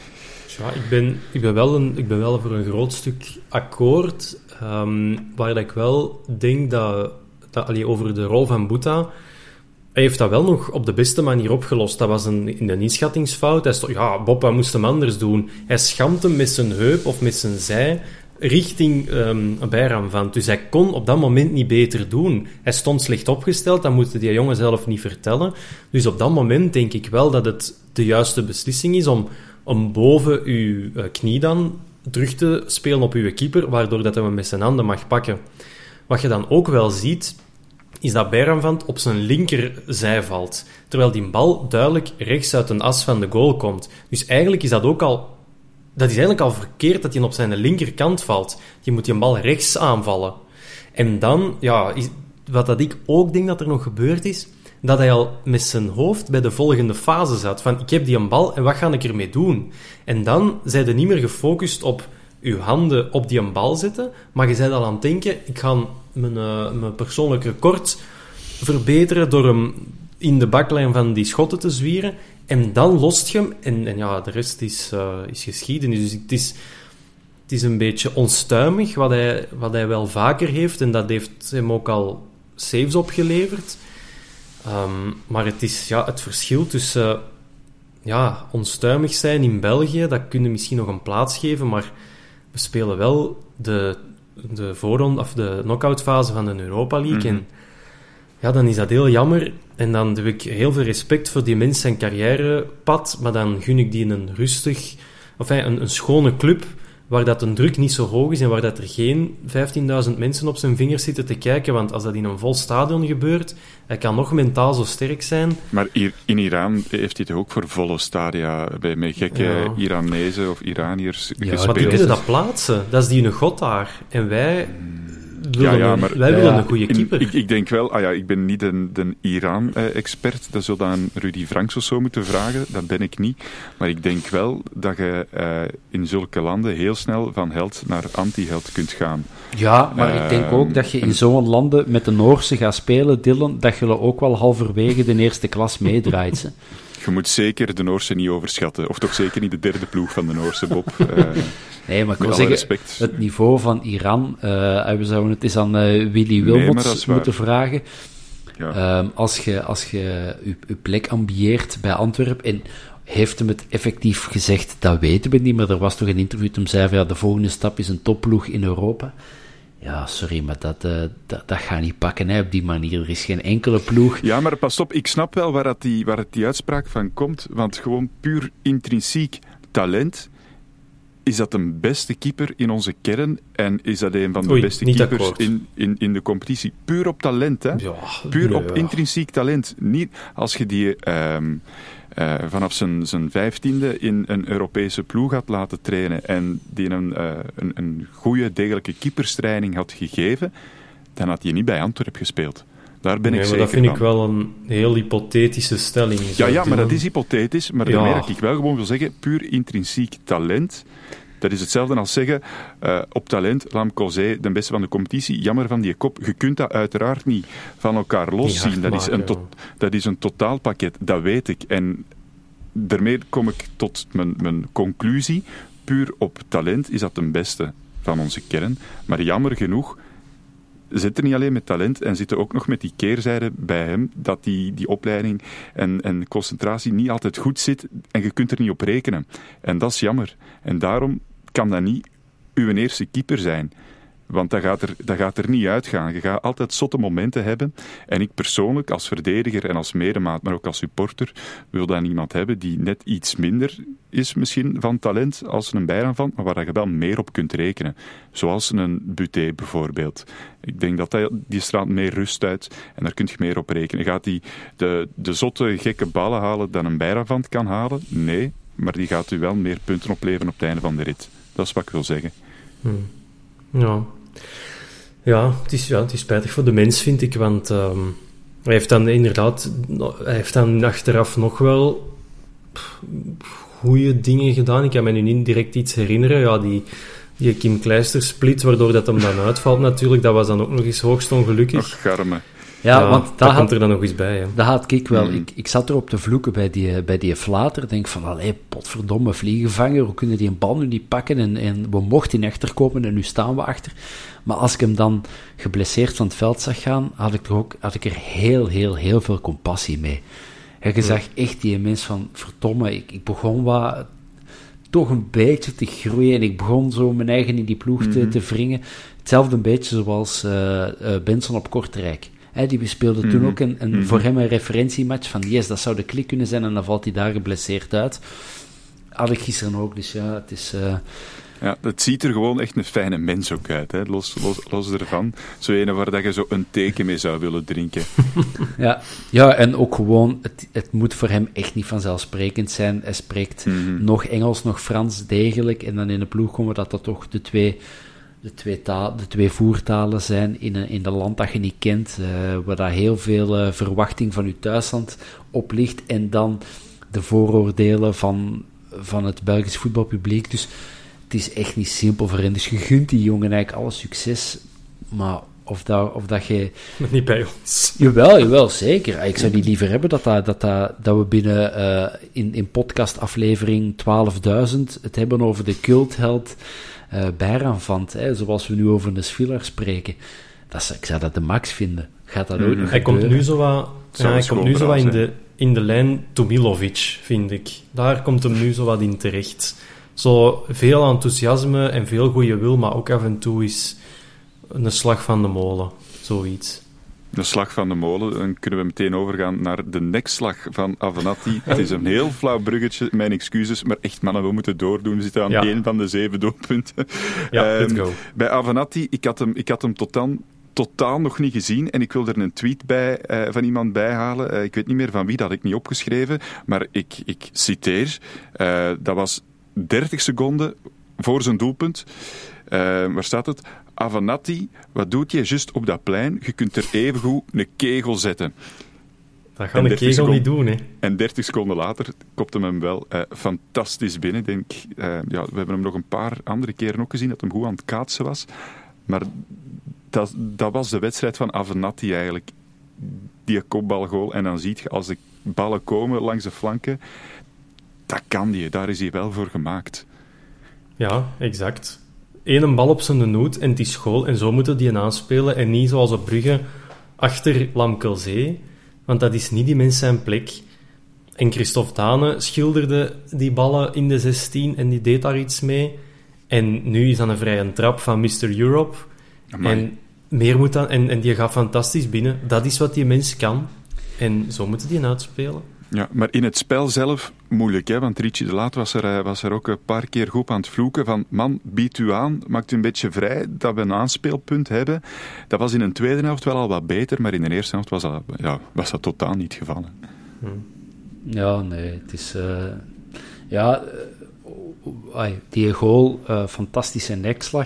Speaker 6: Ja, ik ben, ik, ben wel een, ik ben wel voor een groot stuk akkoord. Um, waar dat ik wel denk dat, dat allee, over de rol van Bouta, hij heeft dat wel nog op de beste manier opgelost. Dat was een, in een inschattingsfout. Hij stond, ja, Bob, wat moest hem anders doen? Hij schampt hem met zijn heup of met zijn zij richting um, Beieren van. Dus hij kon op dat moment niet beter doen. Hij stond slecht opgesteld, dat moet die jongen zelf niet vertellen. Dus op dat moment denk ik wel dat het de juiste beslissing is om, om boven uw uh, knie dan terug te spelen op uw keeper, waardoor dat hij hem met zijn handen mag pakken. Wat je dan ook wel ziet, is dat Beieren op zijn linkerzij valt, terwijl die bal duidelijk rechts uit een as van de goal komt. Dus eigenlijk is dat ook al... Dat is eigenlijk al verkeerd dat hij op zijn linkerkant valt. Je moet die bal rechts aanvallen. En dan, ja, is, wat dat ik ook denk dat er nog gebeurd is, dat hij al met zijn hoofd bij de volgende fase zat. Van, ik heb die een bal en wat ga ik ermee doen? En dan zijn je niet meer gefocust op je handen op die een bal zetten, maar je bent al aan het denken, ik ga mijn, uh, mijn persoonlijk record verbeteren door hem in de baklijn van die schotten te zwieren. En dan lost je hem. En, en ja, de rest is, uh, is geschiedenis. Dus het is, het is een beetje onstuimig, wat hij, wat hij wel vaker heeft. En dat heeft hem ook al saves opgeleverd. Um, maar het is ja, het verschil tussen uh, ja, onstuimig zijn in België, dat kunnen misschien nog een plaats geven, maar we spelen wel de, de voorronde, of de knock-outfase van de Europa League. Mm-hmm. En ja, dan is dat heel jammer. En dan heb ik heel veel respect voor die mensen zijn carrièrepad, maar dan gun ik die een rustig, of een, een schone club, waar dat een druk niet zo hoog is en waar dat er geen vijftienduizend mensen op zijn vingers zitten te kijken, want als dat in een vol stadion gebeurt, hij kan nog mentaal zo sterk zijn.
Speaker 5: Maar hier, in Iran heeft hij het ook voor volle stadia, bij, met gekke ja. Iranezen of Iraniërs
Speaker 6: ja,
Speaker 5: gespeeld.
Speaker 6: Maar die kunnen dat plaatsen. Dat is die een god daar. En wij... willen
Speaker 5: ja, ja,
Speaker 6: een,
Speaker 5: maar,
Speaker 6: wij
Speaker 7: ja,
Speaker 6: willen
Speaker 7: ja.
Speaker 6: een goede keeper.
Speaker 5: In, ik, ik denk wel, ah ja, ik ben niet de, de Iran-expert, dat zul dan Rudy Franks of zo moeten vragen, dat ben ik niet. Maar ik denk wel dat je uh, in zulke landen heel snel van held naar anti-held kunt gaan.
Speaker 7: Ja, maar uh, ik denk ook dat je in zo'n landen met de Noorse gaat spelen, Dylan, dat je ook wel halverwege de eerste klas meedraait. Hè.
Speaker 5: Je moet zeker de Noorse niet overschatten. Of toch zeker niet de derde ploeg van de Noorse, Bob. Uh,
Speaker 7: nee, maar ik wil zeggen, respect. Het niveau van Iran, uh, we zouden het eens aan uh, Willy Wilmots nee, moeten vragen. Ja. Um, als je als je, je je plek ambieert bij Antwerpen, en heeft hem het effectief gezegd, dat weten we niet, maar er was toch een interview dat hem zei van, ja, de volgende stap is een topploeg in Europa. Ja, sorry, maar dat, uh, dat, dat gaat niet pakken hè, op die manier. Er is geen enkele ploeg.
Speaker 5: Ja, maar pas op, ik snap wel waar, dat die, waar het die uitspraak van komt. Want gewoon puur intrinsiek talent, is dat een beste keeper in onze kern en is dat een van de
Speaker 6: Oei,
Speaker 5: beste keepers in, in, in de competitie. Puur op talent, hè?
Speaker 6: Ja,
Speaker 5: puur
Speaker 6: nee,
Speaker 5: op
Speaker 6: ja.
Speaker 5: intrinsiek talent. Niet als je die um, uh, vanaf zijn, zijn vijftiende in een Europese ploeg had laten trainen en die een, uh, een, een goede, degelijke keeperstraining had gegeven, dan had hij niet bij Antwerpen gespeeld. Daar ben
Speaker 6: nee,
Speaker 5: ik
Speaker 6: maar
Speaker 5: zeker
Speaker 6: dat vind
Speaker 5: van.
Speaker 6: ik wel een heel hypothetische stelling.
Speaker 5: Ja, ja, maar dat is hypothetisch. Maar
Speaker 6: ja.
Speaker 5: daarmee dat ik wel gewoon wil zeggen, puur intrinsiek talent, dat is hetzelfde als zeggen, uh, op talent, Lam Cosé, de beste van de competitie, jammer van die kop. Je kunt dat uiteraard niet van elkaar loszien. Dat is een, to- dat is een totaalpakket, dat weet ik. En daarmee kom ik tot mijn, mijn conclusie. Puur op talent is dat de beste van onze kern. Maar jammer genoeg zit er niet alleen met talent en zit er ook nog met die keerzijde bij hem, dat die, die opleiding en, en concentratie niet altijd goed zit en je kunt er niet op rekenen. En dat is jammer. En daarom kan dat niet uw eerste keeper zijn. Want dat gaat, er, dat gaat er niet uitgaan. Je gaat altijd zotte momenten hebben. En ik persoonlijk, als verdediger en als medemaat, maar ook als supporter, wil dan iemand hebben die net iets minder is misschien van talent als een bijnaam, maar waar je wel meer op kunt rekenen. Zoals een Buté bijvoorbeeld. Ik denk dat dat, die straalt meer rust uit en daar kun je meer op rekenen. Gaat die de, de zotte, gekke ballen halen dan een bijnaam kan halen? Nee, maar die gaat u wel meer punten opleveren op het einde van de rit. Dat is wat ik wil zeggen.
Speaker 6: Hmm. Ja. Ja, het is, ja, het is spijtig voor de mens, vind ik, want um, hij heeft dan inderdaad, hij heeft dan achteraf nog wel goede dingen gedaan. Ik kan me nu niet direct iets herinneren. Ja, die, die Kim Kleister split, waardoor dat hem dan uitvalt natuurlijk, dat was dan ook nog eens hoogst ongelukkig.
Speaker 5: Och, garme.
Speaker 7: Ja,
Speaker 6: ja,
Speaker 7: want
Speaker 6: dat,
Speaker 7: dat
Speaker 6: komt
Speaker 7: had,
Speaker 6: er dan nog eens bij. Hè.
Speaker 7: Dat had ik wel.
Speaker 5: Mm.
Speaker 7: Ik, ik zat erop te vloeken bij die, bij die flater. Ik denk van, allee, potverdomme, vliegenvanger, hoe kunnen die een bal nu niet pakken? En, en we mochten niet achterkomen en nu staan we achter. Maar als ik hem dan geblesseerd van het veld zag gaan, had ik er, ook, had ik er heel, heel, heel veel compassie mee. En je zag echt die mens van, verdomme, ik, ik begon wat toch een beetje te groeien en ik begon zo mijn eigen in die ploeg te, mm-hmm. te wringen. Hetzelfde een beetje zoals uh, uh, Benson op Kortrijk. He, die speelde mm-hmm. toen ook een, een, mm-hmm. voor hem een referentiematch van yes, dat zou de klik kunnen zijn en dan valt hij daar geblesseerd uit. Had ik gisteren ook, dus ja, het is... Uh...
Speaker 5: Ja, het ziet er gewoon echt een fijne mens ook uit, hè? Los, los, los ervan. Zo een waar dat je zo een teken mee zou willen drinken.
Speaker 7: ja. ja, en ook gewoon, het, het moet voor hem echt niet vanzelfsprekend zijn. Hij spreekt mm-hmm. nog Engels, nog Frans degelijk. En dan in de ploeg komen dat dat toch de twee... De twee, taal, de twee voertalen zijn in een, in een land dat je niet kent, uh, waar daar heel veel uh, verwachting van je thuisland op ligt, en dan de vooroordelen van, van het Belgisch voetbalpubliek. Dus het is echt niet simpel voor hen. Dus je gunt die jongen eigenlijk alle succes, maar of dat, of dat je...
Speaker 6: Maar niet bij ons.
Speaker 7: Jawel, jawel, zeker. Ik zou niet liever hebben dat, dat, dat, dat, dat we binnen uh, in, in podcastaflevering twaalfduizend het hebben over de cultheld Uh, Bijraanvand, hè, zoals we nu over de Svilar spreken. Dat is, ik zou dat de max vinden. Gaat dat
Speaker 6: mm-hmm.
Speaker 7: ook nog
Speaker 6: Hij
Speaker 7: gebeuren?
Speaker 6: komt nu zo wat, ja, hij komt nu zo wat in, de, in de lijn Tomilovic, vind ik. Daar komt hem nu zo wat in terecht. Zo veel enthousiasme en veel goede wil, maar ook af en toe is een slag van de molen. Zoiets.
Speaker 5: De slag van de molen, dan kunnen we meteen overgaan naar de nekslag van Avenatti. Het is een heel flauw bruggetje, mijn excuses, maar echt mannen, we moeten doordoen. We zitten aan ja. één van de zeven doelpunten.
Speaker 6: Ja, let's go.
Speaker 5: Um, bij Avenatti, ik had hem, ik had hem tot dan totaal nog niet gezien en ik wil er een tweet bij, uh, van iemand bijhalen. Uh, ik weet niet meer van wie, dat had ik niet opgeschreven, maar ik, ik citeer, uh, dat was dertig seconden voor zijn doelpunt. Uh, waar staat het? Avenatti, wat doet je juist op dat plein? Je kunt er evengoed een kegel zetten.
Speaker 6: Dat gaat een kegel niet doen, hè.
Speaker 5: En dertig seconden later kopte hem hem wel uh, fantastisch binnen. Denk, uh, ja, we hebben hem nog een paar andere keren ook gezien dat hem goed aan het kaatsen was. Maar dat, dat was de wedstrijd van Avenatti eigenlijk. Die kopbalgoal. En dan zie je, als de ballen komen langs de flanken, dat kan die. Daar is hij wel voor gemaakt.
Speaker 6: Ja, exact. Eén bal op zijn noot en het is goal. En zo moeten die een aanspelen. En niet zoals op Brugge achter Lamkelzee. Want dat is niet die mens zijn plek. En Christophe Dane schilderde die ballen in de zestien en die deed daar iets mee. En nu is dat een vrije trap van mister Europe. Amai. En meer moet dan, en, en die gaat fantastisch binnen. Dat is wat die mens kan. En zo moeten die uitspelen.
Speaker 5: Ja, maar in het spel zelf moeilijk, hè? Want Richie de Laat was er, was er ook een paar keer goed aan het vloeken van man, bied u aan, maakt u een beetje vrij dat we een aanspeelpunt hebben. Dat was in de tweede helft wel al wat beter, maar in de eerste helft was dat, ja, was dat totaal niet het geval.
Speaker 7: Hmm. Ja, nee, het is... Uh, ja, uh, die goal, uh, fantastische nekslag.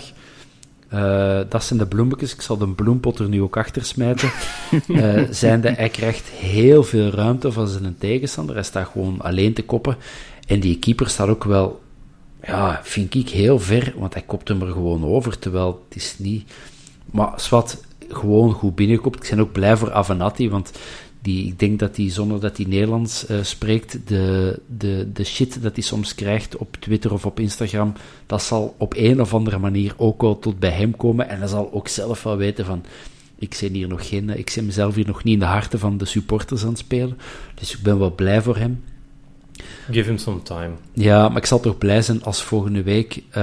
Speaker 7: Uh, dat zijn de bloemetjes. Ik zal de bloempot er nu ook achter smijten. Uh, zijnde, hij krijgt heel veel ruimte van zijn tegenstander. Hij staat gewoon alleen te koppen. En die keeper staat ook wel, ja, vind ik, heel ver. Want hij kopt hem er gewoon over. Terwijl het is niet... Maar zwart, gewoon goed binnenkomt. Ik ben ook blij voor Avenatti, want die, ik denk dat hij, zonder dat hij Nederlands uh, spreekt, de, de, de shit dat hij soms krijgt op Twitter of op Instagram, dat zal op een of andere manier ook wel tot bij hem komen. En hij zal ook zelf wel weten van, ik ben hier nog geen, ik ben mezelf hier nog niet in de harten van de supporters aan het spelen. Dus ik ben wel blij voor hem.
Speaker 6: Give him some time.
Speaker 7: Ja, maar ik zal toch blij zijn als volgende week uh, uh,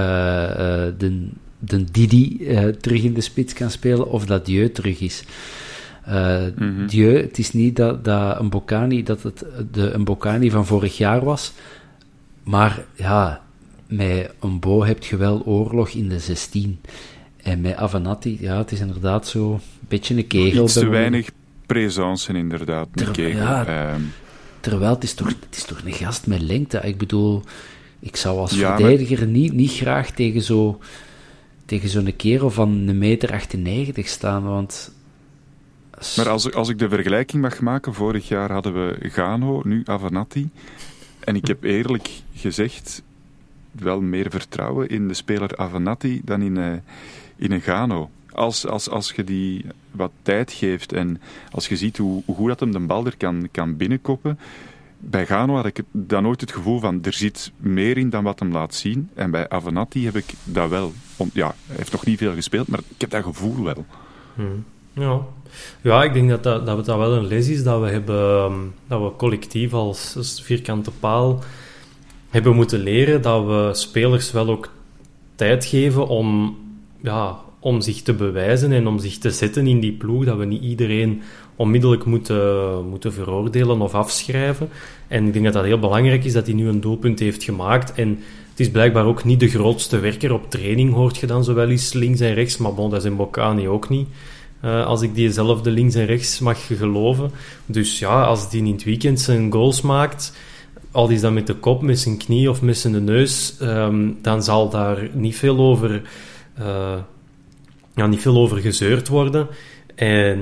Speaker 7: de, de Didi uh, terug in de spits kan spelen, of dat Dieu terug is. Uh, mm-hmm. Dieu, het is niet dat, dat een Bocani, dat het de een Bocani van vorig jaar was, maar ja, met een Bo heb je wel oorlog in de zestien. En met Avenatti, ja, het is inderdaad zo een beetje een kegel.
Speaker 5: Iets te weinig présence, inderdaad, een
Speaker 7: Ter,
Speaker 5: kegel.
Speaker 7: Ja, um. Terwijl het is, toch, het is toch een gast met lengte. Ik bedoel, ik zou als
Speaker 5: ja,
Speaker 7: verdediger
Speaker 5: maar...
Speaker 7: niet, niet graag tegen zo tegen zo'n kerel van een meter achtennegentig staan, want...
Speaker 5: Maar als, als ik de vergelijking mag maken, vorig jaar hadden we Gano, nu Avenatti. En ik heb eerlijk gezegd wel meer vertrouwen in de speler Avenatti dan in, uh, in een Gano. Als, als, als je die wat tijd geeft en als je ziet hoe, hoe goed dat hem de bal er kan, kan binnenkoppen. Bij Gano had ik dan nooit het gevoel van, er zit meer in dan wat hem laat zien. En bij Avenatti heb ik dat wel. Om, ja, hij heeft nog niet veel gespeeld, maar ik heb dat gevoel wel.
Speaker 6: Hmm. Ja. Ja, ik denk dat, dat, dat dat wel een les is dat we hebben, dat we collectief als, als vierkante paal hebben moeten leren dat we spelers wel ook tijd geven om, ja, om zich te bewijzen en om zich te zetten in die ploeg, dat we niet iedereen onmiddellijk moeten, moeten veroordelen of afschrijven. En ik denk dat dat heel belangrijk is dat hij nu een doelpunt heeft gemaakt. En het is blijkbaar ook niet de grootste werker op training, hoort je dan zo wel eens links en rechts, maar bon, dat is in Bocani ook niet. Uh, als ik diezelfde links en rechts mag geloven. Dus ja, als die in het weekend zijn goals maakt, al is dat met de kop, met zijn knie of met zijn neus, um, dan zal daar niet veel over, uh, ja, niet veel over gezeurd worden. En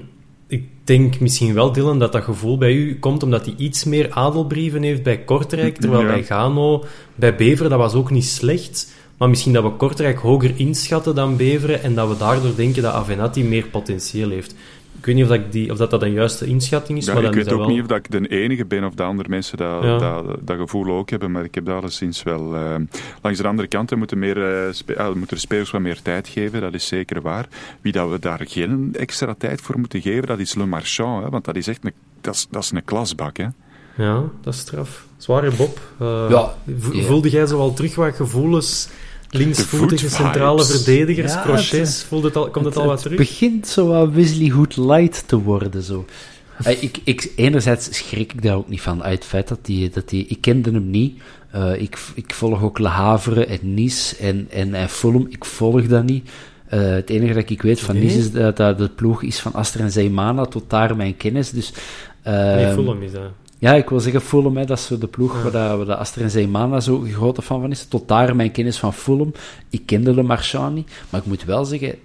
Speaker 6: ik denk misschien wel, Dylan, dat dat gevoel bij u komt omdat hij iets meer adelbrieven heeft bij Kortrijk, terwijl ja. bij Gano, bij Beveren, dat was ook niet slecht. Maar misschien dat we Kortrijk hoger inschatten dan Beveren en dat we daardoor denken dat Avenatti meer potentieel heeft. Ik weet niet of dat, die, of dat, dat een juiste inschatting is.
Speaker 5: Ja,
Speaker 6: maar
Speaker 5: ik
Speaker 6: dan
Speaker 5: weet
Speaker 6: is
Speaker 5: ook
Speaker 6: wel...
Speaker 5: niet of dat ik de enige ben of de andere mensen dat,
Speaker 6: ja.
Speaker 5: dat, dat gevoel ook hebben, maar ik heb dat alleszins wel... Uh, langs de andere kant moeten, meer, uh, spe- uh, moeten de spelers wat meer tijd geven, dat is zeker waar. Wie dat we daar geen extra tijd voor moeten geven, dat is Le Marchand, hè, want dat is echt een, dat is, dat is een klasbak, hè.
Speaker 6: Ja, dat is straf. Zware Bob. Uh,
Speaker 7: ja,
Speaker 6: vo-
Speaker 7: ja.
Speaker 6: Voelde jij zo al terug wat gevoelens... Linksvoetige centrale verdedigers, ja, crochets, voelt het al, komt het, het al wat terug?
Speaker 7: Het begint zo wat Wesley Hood light te worden. Zo. uh, ik, ik, enerzijds schrik ik daar ook niet van, uit het feit dat die, dat die... Ik kende hem niet. Uh, ik, ik volg ook Le Havre en Nice en, en, en Fulham. Ik volg dat niet. Uh, het enige dat ik weet van nee? Nice is dat dat de ploeg is van Aster en Zeymana, tot daar mijn kennis. Dus, uh,
Speaker 6: nee, Fulham is dat.
Speaker 7: Ja, ik wil zeggen Fulham, hè, dat is zo de ploeg ja. waar, waar de Aster en Zeymana zo grote fan van is. Tot daar mijn kennis van Fulham. Ik kende Le Marchand niet, maar ik moet wel zeggen,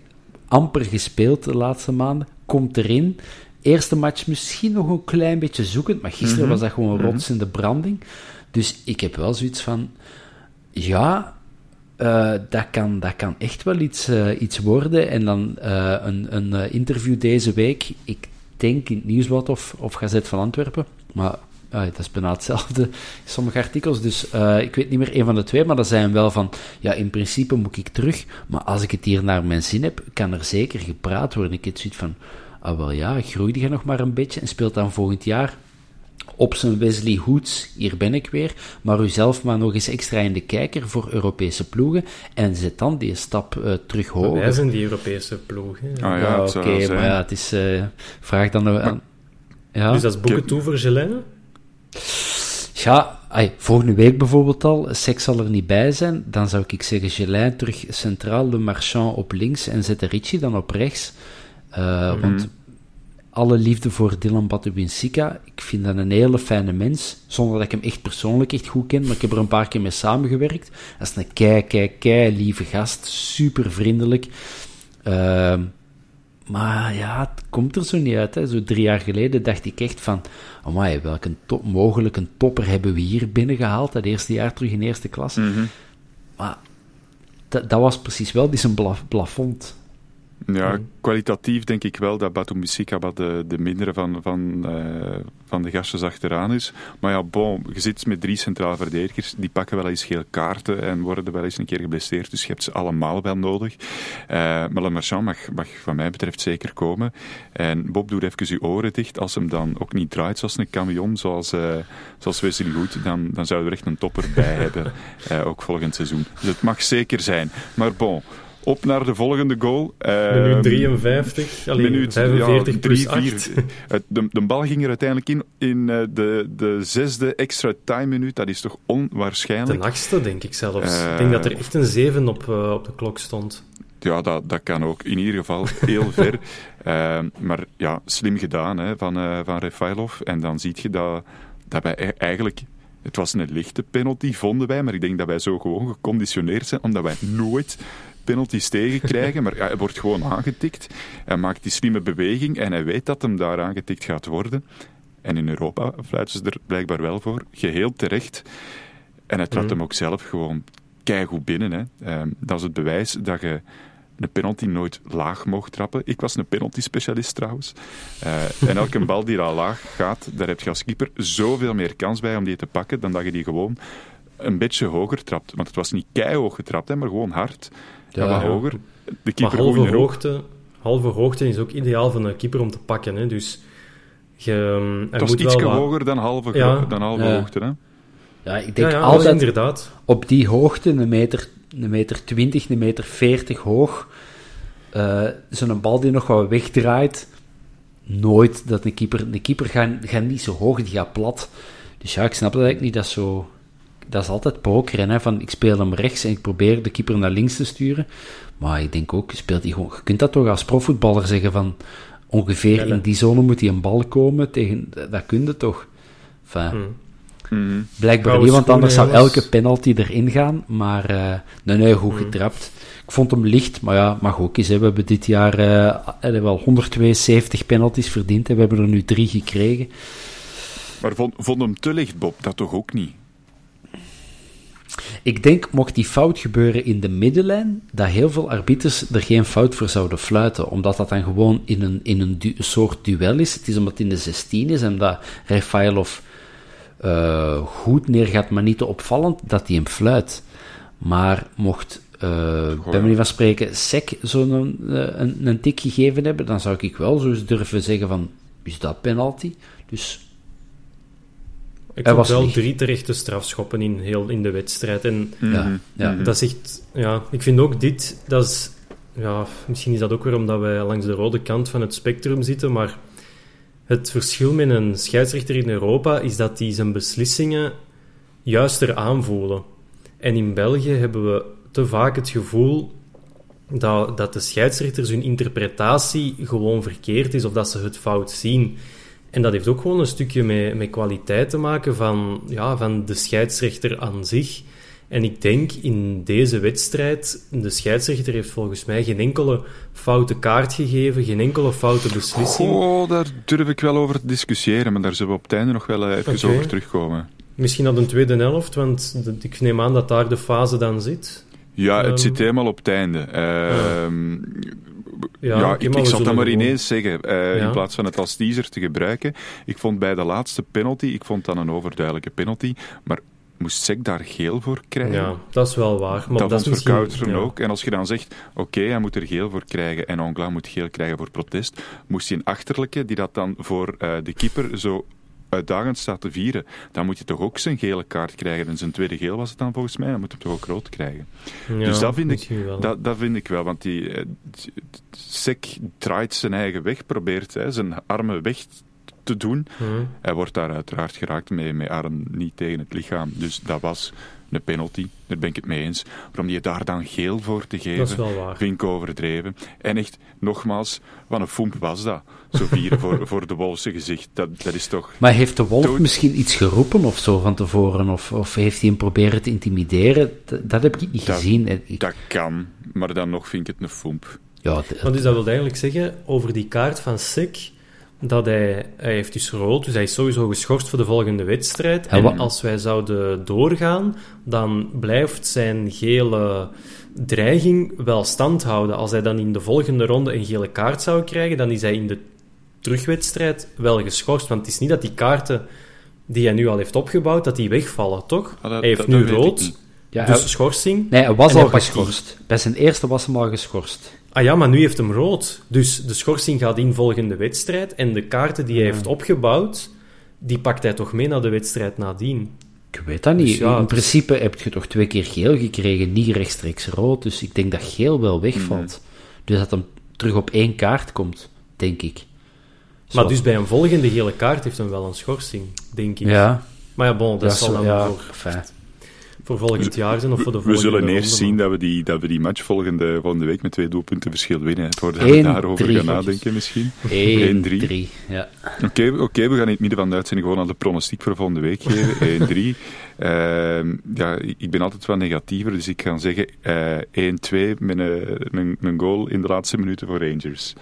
Speaker 7: amper gespeeld de laatste maanden. Komt erin. Eerste match misschien nog een klein beetje zoekend, maar gisteren
Speaker 5: Mm-hmm.
Speaker 7: was dat gewoon
Speaker 5: Mm-hmm.
Speaker 7: rots in de branding. Dus ik heb wel zoiets van... Ja, uh, dat, kan, dat kan echt wel iets, uh, iets worden. En dan uh, een, een uh, interview deze week. Ik denk in het Nieuwsblad of, of Gazet van Antwerpen. Maar uh, dat is bijna hetzelfde in sommige artikels. Dus uh, ik weet niet meer één van de twee. Maar dat zijn wel van... Ja, in principe moet ik terug. Maar als ik het hier naar mijn zin heb, kan er zeker gepraat worden. Ik heb zoiets van... Ah, wel ja, groeide je nog maar een beetje en speelt dan volgend jaar op zijn Wesley Hoods, hier ben ik weer, maar u zelf maar nog eens extra in de kijker voor Europese ploegen en zet dan die stap uh, terug hoger.
Speaker 6: Wij zijn die Europese ploegen.
Speaker 5: Ah, ja,
Speaker 7: ja,
Speaker 5: het
Speaker 7: oké,
Speaker 5: zou zijn.
Speaker 7: maar ja, het is... Uh, vraag dan nog aan... Ja.
Speaker 6: Dus dat is boeken toe voor Gelenne?
Speaker 7: Ja, ay, volgende week bijvoorbeeld al, Seks zal er niet bij zijn, dan zou ik zeggen Gelin terug centraal, Le Marchand op links en zet Ricci dan op rechts. Uh, mm-hmm. Want alle liefde voor Dylan Batubinsika, ik vind dat een hele fijne mens, zonder dat ik hem echt persoonlijk echt goed ken, maar ik heb er een paar keer mee samengewerkt. Dat is een kei, kei, kei lieve gast, super vriendelijk. Uh, maar ja, het komt er zo niet uit. Hè. Zo drie jaar geleden dacht ik echt van, amai, welke top, mogelijk een topper hebben we hier binnengehaald, dat eerste jaar terug in eerste klas.
Speaker 5: Mm-hmm.
Speaker 7: Maar dat, dat was precies wel die zijn blaf, plafond.
Speaker 5: Ja, kwalitatief denk ik wel dat Batubinsika wat de, de mindere van, van, uh, van de gastjes achteraan is. Maar ja, bon, je zit met drie centrale verdedigers, die pakken wel eens geel kaarten en worden wel eens een keer geblesseerd, dus je hebt ze allemaal wel nodig. Uh, maar Le Marchand mag, mag van mij betreft zeker komen. En Bob, doe even je oren dicht. Als hem dan ook niet draait zoals een camion, zoals, uh, zoals Wesley Hood, dan, dan zouden we er echt een topper bij hebben, uh, ook volgend seizoen. Dus het mag zeker zijn. Maar bon... Op naar de volgende goal. Uh,
Speaker 6: minuut drieënvijftig, alleen minuut, vijfenveertig ja, plus acht.
Speaker 5: De, de bal ging er uiteindelijk in in uh, de, de zesde extra time minuut. Dat is toch onwaarschijnlijk.
Speaker 6: De achtste, denk ik zelfs.
Speaker 5: Uh,
Speaker 6: ik denk dat er echt een zeven op, uh, op de klok stond.
Speaker 5: Ja, dat, dat kan ook. In ieder geval heel ver. Uh, maar ja, slim gedaan hè, van, uh, van Refailov. En dan zie je dat, dat wij eigenlijk... Het was een lichte penalty, vonden wij. Maar ik denk dat wij zo gewoon geconditioneerd zijn, omdat wij nooit... penalties tegenkrijgen, maar ja, hij wordt gewoon aangetikt. Hij maakt die slimme beweging en hij weet dat hem daar aangetikt gaat worden. En in Europa fluiten ze er blijkbaar wel voor. Geheel terecht. En hij trapt mm. hem ook zelf gewoon keigoed binnen. Hè. Um, dat is het bewijs dat je een penalty nooit laag mocht trappen. Ik was een penalty-specialist trouwens. Uh, en elke bal die daar laag gaat, daar heb je als keeper zoveel meer kans bij om die te pakken dan dat je die gewoon een beetje hoger trapt. Want het was niet keihoog getrapt, hè, maar gewoon hard. Ja, wat ja. hoger. De keeper
Speaker 6: maar halve hoogte, halve hoogte is ook ideaal voor een keeper om te pakken. Hè. Dus je, um,
Speaker 5: het was iets hoger dan halve, ja. dan halve ja. hoogte. Hè.
Speaker 7: Ja, ik denk
Speaker 6: ja, ja,
Speaker 7: altijd
Speaker 6: inderdaad.
Speaker 7: Op die hoogte, een meter, een meter twintig, een meter veertig hoog, uh, zo'n bal die nog wat wegdraait, nooit dat een keeper... Een keeper gaat, gaat niet zo hoog, die gaat plat. Dus ja, ik snap dat eigenlijk niet, dat zo... Dat is altijd pokeren, hè, van ik speel hem rechts en ik probeer de keeper naar links te sturen. Maar ik denk ook, speelt hij gewoon... Je kunt dat toch als profvoetballer zeggen van... Ongeveer ja, in die zone moet hij een bal komen tegen... Dat kun je toch? Enfin, hmm. Mm-hmm. Blijkbaar niet, want anders zou elke penalty erin gaan. Maar uh, nee, nee, goed hmm. getrapt. Ik vond hem licht, maar ja, mag ook eens. Hè. We hebben dit jaar uh, wel honderdtweeënzeventig penalties verdiend. En we hebben er nu drie gekregen.
Speaker 5: Maar vond, vond hem te licht, Bob? Dat toch ook niet?
Speaker 7: Ik denk, mocht die fout gebeuren in de middenlijn, dat heel veel arbiters er geen fout voor zouden fluiten, omdat dat dan gewoon in een, in een du- soort duel is. Het is omdat het in de zestien is en dat Refailov uh, goed neergaat, maar niet te opvallend, dat hij hem fluit. Maar mocht, uh, bij manier van spreken, Sek zo'n een, een, een tik gegeven hebben, dan zou ik wel zo eens durven zeggen van, is dat penalty? Dus...
Speaker 6: Ik vond wel licht. drie terechte strafschoppen in, heel, in de wedstrijd. En
Speaker 7: ja, ja.
Speaker 6: dat is echt... Ja, ik vind ook dit... Dat is, ja, misschien is dat ook weer omdat wij langs de rode kant van het spectrum zitten, maar het verschil met een scheidsrechter in Europa is dat die zijn beslissingen juister aanvoelen. En in België hebben we te vaak het gevoel dat, dat de scheidsrechters hun interpretatie gewoon verkeerd is of dat ze het fout zien. En dat heeft ook gewoon een stukje met, met kwaliteit te maken van, ja, van de scheidsrechter aan zich. En ik denk in deze wedstrijd, de scheidsrechter heeft volgens mij geen enkele foute kaart gegeven, geen enkele foute beslissing.
Speaker 5: Oh, daar durf ik wel over te discussiëren, maar daar zullen we op het einde nog wel even
Speaker 6: okay.
Speaker 5: over terugkomen.
Speaker 6: Misschien aan de tweede helft, want de, ik neem aan dat daar de fase dan zit.
Speaker 5: Ja, het
Speaker 6: um,
Speaker 5: zit helemaal op het einde. Uh,
Speaker 6: ja,
Speaker 5: ja, ja ik, ik zal dat maar
Speaker 6: gewoon...
Speaker 5: ineens zeggen, uh,
Speaker 6: ja.
Speaker 5: in plaats van het als teaser te gebruiken. Ik vond bij de laatste penalty, ik vond dat een overduidelijke penalty, maar moest Sek daar geel voor krijgen?
Speaker 6: Ja, dat is wel waar. Maar
Speaker 5: dat
Speaker 6: dat
Speaker 5: vond
Speaker 6: is
Speaker 5: Verkouteren
Speaker 6: ja.
Speaker 5: ook. En als je dan zegt, oké, okay, hij moet er geel voor krijgen en Ongla moet geel krijgen voor protest, moest hij een achterlijke, die dat dan voor uh, de keeper zo uitdagend staat te vieren, dan moet je toch ook zijn gele kaart krijgen. En zijn tweede geel was het dan volgens mij, dan moet hij toch ook rood krijgen.
Speaker 6: Ja,
Speaker 5: dus dat vind, ik,
Speaker 6: wel.
Speaker 5: dat, dat vind ik wel, want die uh, Sek draait zijn eigen weg, probeert hè, zijn armen weg te doen.
Speaker 6: Hmm.
Speaker 5: Hij wordt daar uiteraard geraakt met, met arm niet tegen het lichaam. Dus dat was een penalty, daar ben ik het mee eens. Maar om je daar dan geel voor te geven,
Speaker 6: dat is wel waar.
Speaker 5: vind ik overdreven. En echt, nogmaals, wat een foemp was dat. Zo vieren voor, voor de Wolfse gezicht. Dat, dat is toch...
Speaker 7: Maar heeft de Wolf
Speaker 5: dood...
Speaker 7: misschien iets geroepen of zo van tevoren? Of, of heeft hij hem proberen te intimideren? Dat, dat heb ik niet
Speaker 5: dat,
Speaker 7: gezien. Ik...
Speaker 5: Dat kan, maar dan nog vind ik het een foemp.
Speaker 7: Ja, de...
Speaker 6: Want dus dat wil eigenlijk zeggen, over die kaart van Sek, dat hij, hij heeft dus rood, dus hij is sowieso geschorst voor de volgende wedstrijd. En
Speaker 7: wa-
Speaker 6: als wij zouden doorgaan, dan blijft zijn gele dreiging wel stand houden. Als hij dan in de volgende ronde een gele kaart zou krijgen, dan is hij in de terugwedstrijd wel geschorst. Want het is niet dat die kaarten die hij nu al heeft opgebouwd, dat die wegvallen, toch?
Speaker 5: Ah, dat,
Speaker 6: hij heeft
Speaker 5: dat,
Speaker 6: nu
Speaker 5: dat
Speaker 6: rood,
Speaker 7: ja,
Speaker 6: dus
Speaker 7: hij...
Speaker 6: schorsing.
Speaker 7: Nee, hij was
Speaker 6: en
Speaker 7: al
Speaker 6: hij pakt
Speaker 7: geschorst. Die... Bij zijn eerste was hem al geschorst.
Speaker 6: Ah ja, maar nu heeft hem rood. Dus de schorsing gaat in volgende wedstrijd. En de kaarten die hij
Speaker 7: ja.
Speaker 6: heeft opgebouwd, die pakt hij toch mee naar de wedstrijd nadien.
Speaker 7: Ik weet dat niet.
Speaker 6: Dus ja,
Speaker 7: in
Speaker 6: het...
Speaker 7: principe heb je toch twee keer geel gekregen, niet rechtstreeks rood. Dus ik denk dat geel wel wegvalt. Mm. Dus dat hem terug op één kaart komt, denk ik. Zo.
Speaker 6: Maar dus bij een volgende gele kaart heeft hem wel een schorsing, denk ik.
Speaker 7: Ja.
Speaker 6: Maar ja, bon, dat
Speaker 7: ja,
Speaker 6: zal
Speaker 7: zo,
Speaker 6: dan
Speaker 7: ja,
Speaker 6: voor,
Speaker 7: fijn.
Speaker 6: voor volgend jaar zijn of voor de
Speaker 5: we
Speaker 6: volgende
Speaker 5: zullen eerst
Speaker 6: ronde,
Speaker 5: zien
Speaker 6: maar...
Speaker 5: dat we, die, dat we die match volgende, volgende week met twee doelpunten verschil winnen. Het wordt dat we daarover gaan nadenken misschien.
Speaker 7: één drie. Ja.
Speaker 5: Oké, okay, okay, we gaan in het midden van de uitzending gewoon aan de pronostiek voor volgende week geven. één drie. Uh, ja, ik ben altijd wat negatiever, dus ik ga zeggen uh, één twee met een, een, een goal in de laatste minuten voor Rangers.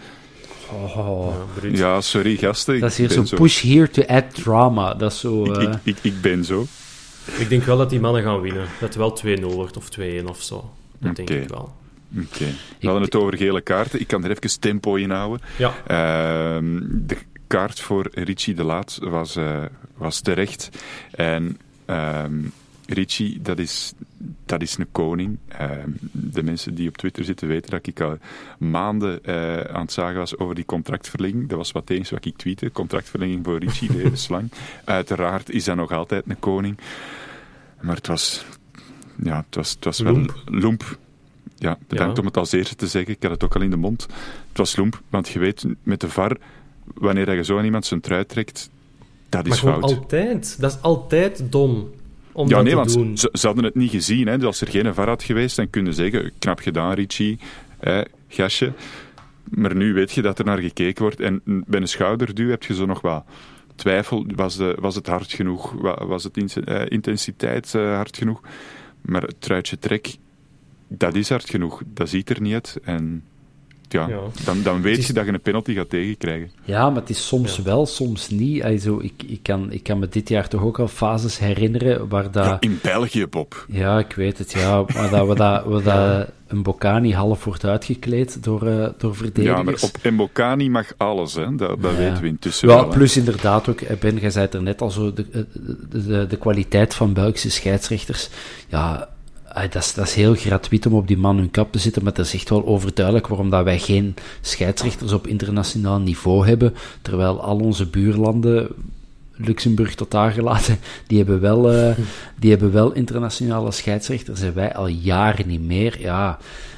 Speaker 7: Oh.
Speaker 6: Ja,
Speaker 5: ja, sorry gasten.
Speaker 7: Dat is hier zo push here to add drama. Dat is zo... Uh...
Speaker 5: Ik, ik, ik, ik ben zo.
Speaker 6: Ik denk wel dat die mannen gaan winnen. Dat het wel twee nul wordt of twee één of zo. Dat
Speaker 5: okay.
Speaker 6: denk ik wel.
Speaker 5: Oké. Okay. We hadden het over gele kaarten. Ik kan er even tempo in houden.
Speaker 6: Ja.
Speaker 5: Uh, de kaart voor Richie de Laat was, uh, was terecht. En uh, Richie, dat is, dat is een koning. Uh, de mensen die op Twitter zitten weten dat ik al maanden uh, aan het zagen was over die contractverlenging. Dat was wat eens wat ik tweette. Contractverlenging voor Richie, levenslang. Uiteraard is dat nog altijd een koning. Maar het was... Ja, het was, het was wel...
Speaker 6: Loemp.
Speaker 5: Loemp. Ja, bedankt ja. om het als eerste te zeggen. Ik had het ook al in de mond. Het was loemp, want je weet, met de V A R, wanneer je zo aan iemand zijn trui trekt, dat is
Speaker 6: maar
Speaker 5: fout.
Speaker 6: Maar altijd. Dat is altijd dom om
Speaker 5: ja,
Speaker 6: dat
Speaker 5: nee,
Speaker 6: te
Speaker 5: want
Speaker 6: doen.
Speaker 5: Ze, ze hadden het niet gezien. Hè. Dus als er geen V A R had geweest, dan kunnen ze zeggen, knap gedaan, Richie, hè, gastje. Maar nu weet je dat er naar gekeken wordt. En bij een schouderduw heb je zo nog wat twijfel. Was, de, was het hard genoeg? Was het in, uh, intensiteit uh, hard genoeg? Maar het truitje trek... Dat is hard genoeg. Dat ziet er niet uit. En ja, ja. Dan, dan weet is... je dat je een penalty gaat tegenkrijgen.
Speaker 7: Ja, maar het is soms ja. wel, soms niet. Also, ik, ik, kan, ik kan me dit jaar toch ook al fases herinneren waar dat...
Speaker 5: Ja, in België, Bob.
Speaker 7: Ja, ik weet het, ja. Maar dat we dat, we dat een Mbokani half wordt uitgekleed door, uh, door verdedigers.
Speaker 5: Ja, maar op Mbokani mag alles, hè. Dat, dat ja. weten we intussen
Speaker 7: ja,
Speaker 5: wel.
Speaker 7: Plus hè. Inderdaad ook, Ben, jij zei het er net al zo, de, de, de, de kwaliteit van Belgische scheidsrechters. Ja... Dat is, dat is heel gratuit om op die man hun kap te zitten, maar het is echt wel overduidelijk waarom dat wij geen scheidsrechters op internationaal niveau hebben, terwijl al onze buurlanden, Luxemburg tot daar gelaten, die hebben wel, uh, die hebben wel internationale scheidsrechters en wij al jaren niet meer. Ja,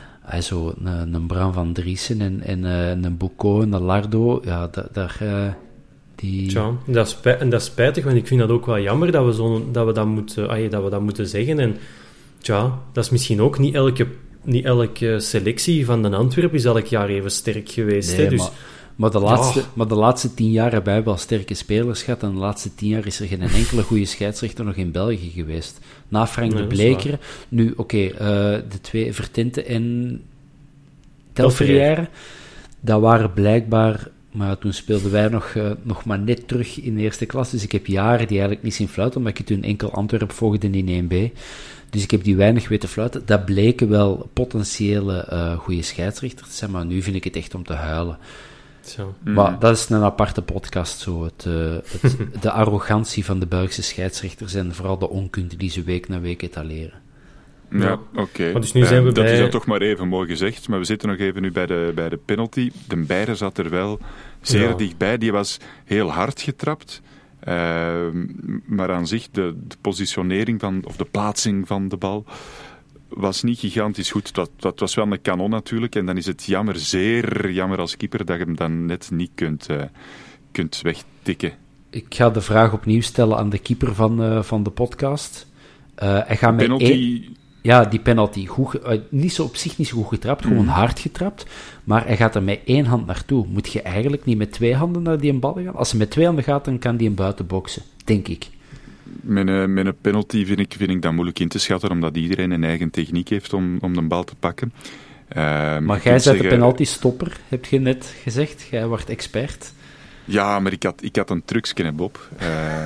Speaker 7: zo een, een Bram van Driessen en, en uh, een Boucault en een Lardo, ja, daar... Uh, Die...
Speaker 6: Tja, dat is spij- en dat is spijtig, want ik vind dat ook wel jammer dat we, zo, dat we, dat moeten, ay, dat we dat moeten zeggen. En tja, dat is misschien ook niet elke, niet elke selectie van de Antwerpen is elk jaar even sterk geweest.
Speaker 7: Nee,
Speaker 6: hè? Dus
Speaker 7: maar, Maar de, laatste,
Speaker 6: Ja.
Speaker 7: maar de laatste tien jaar hebben wij wel sterke spelers gehad. En de laatste tien jaar is er geen enkele goede scheidsrechter nog in België geweest. Na Frank
Speaker 6: Nee,
Speaker 7: de
Speaker 6: dat is
Speaker 7: Bleker. Nu, oké, okay, uh, de twee Vertente en Telferrière. Dat waren blijkbaar... Maar toen speelden wij nog, uh, nog maar net terug in de eerste klas. Dus ik heb jaren die eigenlijk niet zien fluiten. Omdat ik toen enkel Antwerpen volgde in één B. Dus ik heb die weinig weten fluiten. Dat bleken wel potentiële uh, goede scheidsrechters te zijn. Maar nu vind ik het echt om te huilen.
Speaker 6: Zo.
Speaker 5: Mm.
Speaker 7: Maar dat is een aparte podcast, zo. Het, uh, het, de arrogantie van de Belgische scheidsrechters en vooral de onkunde die ze week na week etaleren.
Speaker 5: Ja,
Speaker 6: Ja.
Speaker 5: oké. Okay.
Speaker 6: Maar dus nu zijn we
Speaker 5: dat
Speaker 6: bij-
Speaker 5: is dan toch maar even mooi gezegd, maar we zitten nog even nu bij de, bij de penalty. De Beijer zat er wel zeer
Speaker 6: Ja.
Speaker 5: dichtbij. Die was heel hard getrapt. Uh, maar aan zich, de, de positionering van, of de plaatsing van de bal was niet gigantisch goed. Dat, dat was wel een kanon natuurlijk. En dan is het jammer, zeer jammer als keeper, dat je hem dan net niet kunt, uh, kunt wegtikken.
Speaker 7: Ik ga de vraag opnieuw stellen aan de keeper van, uh, van de podcast. Uh, hij gaat met
Speaker 5: Penalty...
Speaker 7: één... Ja, die penalty. Goed, uh, niet zo op zich niet zo goed getrapt, gewoon
Speaker 5: Mm.
Speaker 7: hard getrapt. Maar hij gaat er met één hand naartoe. Moet je eigenlijk niet met twee handen naar die bal gaan? Als hij met twee handen gaat, dan kan die hem buiten boksen. Denk ik.
Speaker 5: Met een, met een penalty vind ik, vind ik dat moeilijk in te schatten, omdat iedereen een eigen techniek heeft om, om de bal te pakken. Uh,
Speaker 7: Maar
Speaker 5: je
Speaker 7: jij
Speaker 5: kunt
Speaker 7: bent de
Speaker 5: zeggen-
Speaker 7: penalty-stopper, heb je net gezegd. Jij wordt expert.
Speaker 5: Ja, maar ik had, ik had een trucsje, Bob. Uh,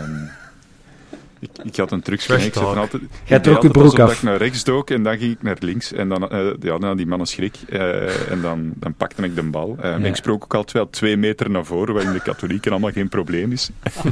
Speaker 5: ik, ik had een trucsje.
Speaker 6: Trash
Speaker 5: Ik zei
Speaker 6: talk.
Speaker 5: van altijd,
Speaker 7: Jij
Speaker 5: ik deed
Speaker 7: trok je
Speaker 5: altijd
Speaker 7: broek
Speaker 5: alsof
Speaker 7: af.
Speaker 5: dat ik naar rechts dook en dan ging ik naar links. En dan, uh, ja, dan had die man een schrik. Uh, en dan, dan pakte ik de bal. Uh,
Speaker 7: Ja.
Speaker 5: Ik sprook ook altijd wel twee meter naar voren, wat in de katholieken allemaal geen probleem is.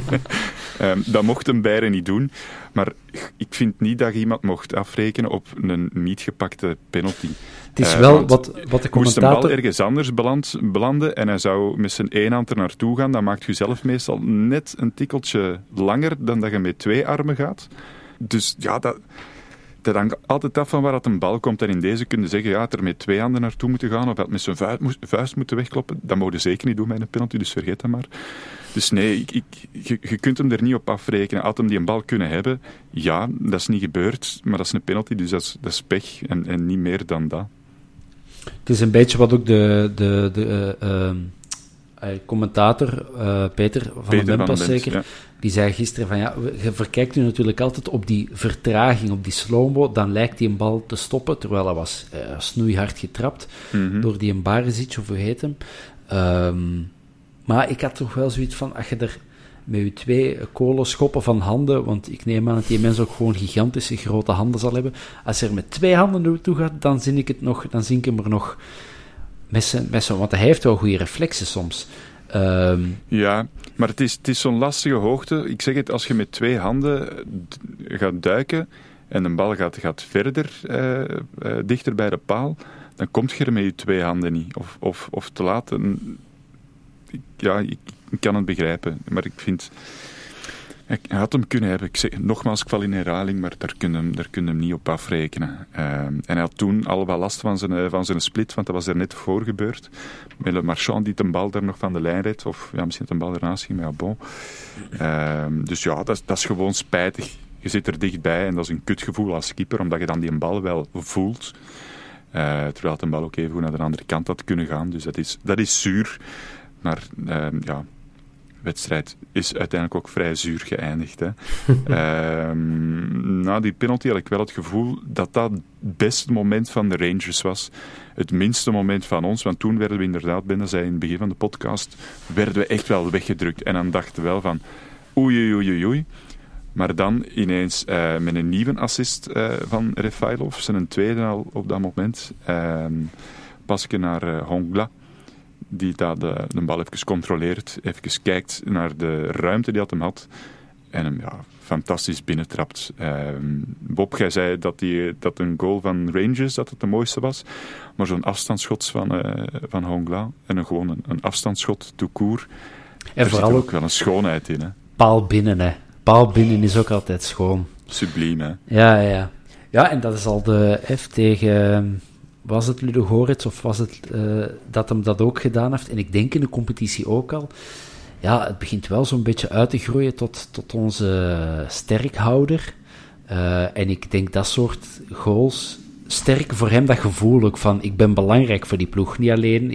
Speaker 5: um, dat mochten Beieren niet doen. Maar ik vind niet dat je iemand mocht afrekenen op een niet gepakte penalty.
Speaker 7: Het is
Speaker 5: Uh,
Speaker 7: wel
Speaker 5: want
Speaker 7: wat, wat de
Speaker 5: Moest de
Speaker 7: commentator...
Speaker 5: bal ergens anders beland, belanden en hij zou met zijn één hand er naartoe gaan, dan maakt je zelf meestal net een tikkeltje langer dan dat je met twee armen gaat. Dus ja, dat, dat hangt altijd af van waar dat een bal komt. En in deze kun je zeggen, ja, had er met twee handen naartoe moeten gaan of had met zijn vuist, moest, vuist moeten wegkloppen. Dat mogen zeker niet doen bij een penalty, dus vergeet dat maar. Dus nee, ik, ik, je, je kunt hem er niet op afrekenen. Had hem die een bal kunnen hebben, ja, dat is niet gebeurd, maar dat is een penalty, dus dat is, dat is pech en, en niet meer dan dat.
Speaker 7: Het is een beetje wat ook de, de, de uh, uh, uh, commentator, uh, Peter van
Speaker 5: Peter
Speaker 7: den Bent was
Speaker 5: van den Bent,
Speaker 7: zeker,
Speaker 5: ja.
Speaker 7: die zei gisteren van ja, je verkijkt u natuurlijk altijd op die vertraging, op die slow-mo, dan lijkt die een bal te stoppen, terwijl hij was uh, snoeihard getrapt
Speaker 5: Mm-hmm.
Speaker 7: door die Barisic, of hoe heet hem. Um, maar ik had toch wel zoiets van, als je er met je twee kolenschoppen van handen, want ik neem aan dat die mens ook gewoon gigantische grote handen zal hebben. Als hij er met twee handen naartoe gaat, dan zie ik het nog, dan zie ik hem er nog met zijn, met zijn, want hij heeft wel goede reflexen soms. Um,
Speaker 5: Ja, maar het is, het is zo'n lastige hoogte. Ik zeg het, als je met twee handen d- gaat duiken en de bal gaat, gaat verder, uh, uh, dichter bij de paal, dan kom je er met je twee handen niet. Of, of, of te laat. En, ik, ja, ik, ik kan het begrijpen, maar ik vind... Hij had hem kunnen hebben. Ik zeg, nogmaals, ik val in herhaling, maar daar kun je hem, daar kun je hem niet op afrekenen. Uh, en hij had toen al wat last van zijn, van zijn split, want dat was er net voor gebeurd. Met Le Marchand die de bal daar nog van de lijn reed. Of ja, misschien dat de bal ernaast ging, maar ja, bon. Uh, dus ja, dat, dat is gewoon spijtig. Je zit er dichtbij en dat is een kutgevoel als keeper, omdat je dan die bal wel voelt. Uh, terwijl de bal ook even goed naar de andere kant had kunnen gaan. Dus dat is, dat is zuur. Maar uh, ja... De wedstrijd is uiteindelijk ook vrij zuur geëindigd. Hè. uh, na die penalty had ik wel het gevoel dat dat het beste moment van de Rangers was. Het minste moment van ons, want toen werden we inderdaad, Ben zei in het begin van de podcast, werden we echt wel weggedrukt. En dan dachten we wel van oei, oei, oei, oei. Maar dan ineens uh, met een nieuwe assist uh, van Refailov, zijn tweede al op dat moment, uh, pas ik naar uh, Hongla, die dat de, de bal even controleert, even kijkt naar de ruimte die dat hem had en hem ja, fantastisch binnentrapt. Uh, Bob, jij zei dat, die, dat een goal van Rangers dat het de mooiste was, maar zo'n afstandsschot van, uh, van Hongla en een, gewoon een, een afstandsschot tout court,
Speaker 7: en
Speaker 5: er
Speaker 7: vooral
Speaker 5: zit er
Speaker 7: ook
Speaker 5: ook wel een schoonheid in. Hè.
Speaker 7: paal binnen, hè. Paal binnen is ook altijd schoon.
Speaker 5: Subliem, hè.
Speaker 7: Ja, ja. Ja, en dat is al de F tegen... Was het Ludogorets of was het uh, dat hem dat ook gedaan heeft? En ik denk in de competitie ook al. Ja, het begint wel zo'n beetje uit te groeien tot, tot onze sterkhouder. Uh, en ik denk dat soort goals... Sterk voor hem dat gevoel ook van... Ik ben belangrijk voor die ploeg. Niet alleen in,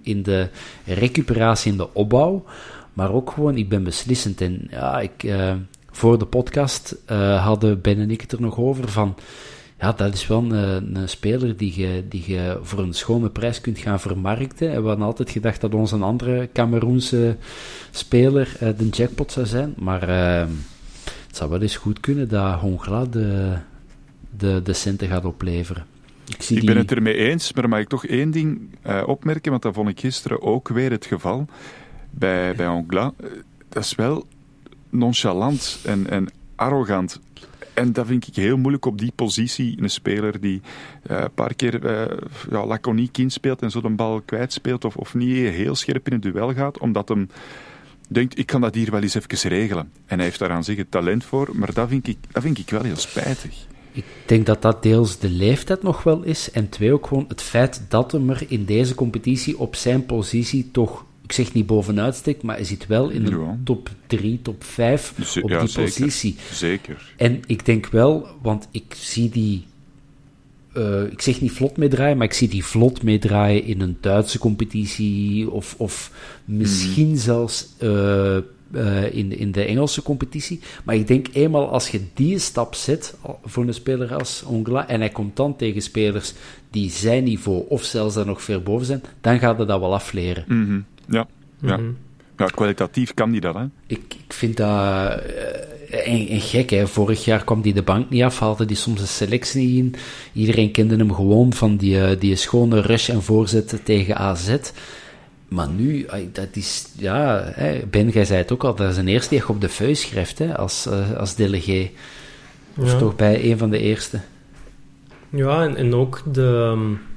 Speaker 7: in de recuperatie, in de opbouw, maar ook gewoon, ik ben beslissend. En ja, ik, uh, voor de podcast uh, hadden Ben en ik het er nog over van, ja, dat is wel een, een speler die je, die je voor een schone prijs kunt gaan vermarkten. En we hadden altijd gedacht dat onze andere Cameroense speler uh, de jackpot zou zijn, maar uh, het zou wel eens goed kunnen dat Hongla de, de, de centen gaat opleveren. Ik, zie
Speaker 5: ik
Speaker 7: die...
Speaker 5: ben het ermee eens, maar mag ik toch één ding uh, opmerken, want dat vond ik gisteren ook weer het geval bij, bij Hongla. Dat is wel nonchalant en, en arrogant. En dat vind ik heel moeilijk op die positie. Een speler die uh, een paar keer uh, ja, laconiek inspeelt en zo de bal kwijtspeelt of, of niet heel scherp in het duel gaat, omdat hem denkt, ik kan dat hier wel eens even regelen. En hij heeft daar aan zich het talent voor, maar dat vind ik, dat vind ik wel heel spijtig.
Speaker 7: Ik denk dat dat deels de leeftijd nog wel is, en twee ook gewoon het feit dat hem er in deze competitie op zijn positie toch, ik zeg niet bovenuit steekt, maar hij zit wel in de ja. top drie, top vijf
Speaker 5: dus,
Speaker 7: op
Speaker 5: ja,
Speaker 7: die
Speaker 5: zeker,
Speaker 7: positie.
Speaker 5: Zeker.
Speaker 7: En ik denk wel, want ik zie die, uh, ik zeg niet vlot meedraaien, maar ik zie die vlot meedraaien in een Duitse competitie, of, of misschien mm. zelfs uh, uh, in, in de Engelse competitie. Maar ik denk eenmaal als je die stap zet voor een speler als Hongla, en hij komt dan tegen spelers die zijn niveau, of zelfs daar nog ver boven zijn, dan gaat hij dat wel afleren.
Speaker 5: Mm-hmm. Ja, ja. Mm-hmm. Ja, kwalitatief kan die dat, hè?
Speaker 7: Ik, ik vind dat uh, en, en gek, hè. Vorig jaar kwam die de bank niet af, haalde die soms een selectie in. Iedereen kende hem gewoon van die, die schone rush en voorzetten tegen A Z. Maar nu, dat is, ja, Ben, jij zei het ook al, dat is een eerste die je op de feuille schrijft, hè, als, als delegé. Of ja. toch bij een van de eerste.
Speaker 6: Ja, en, en ook de...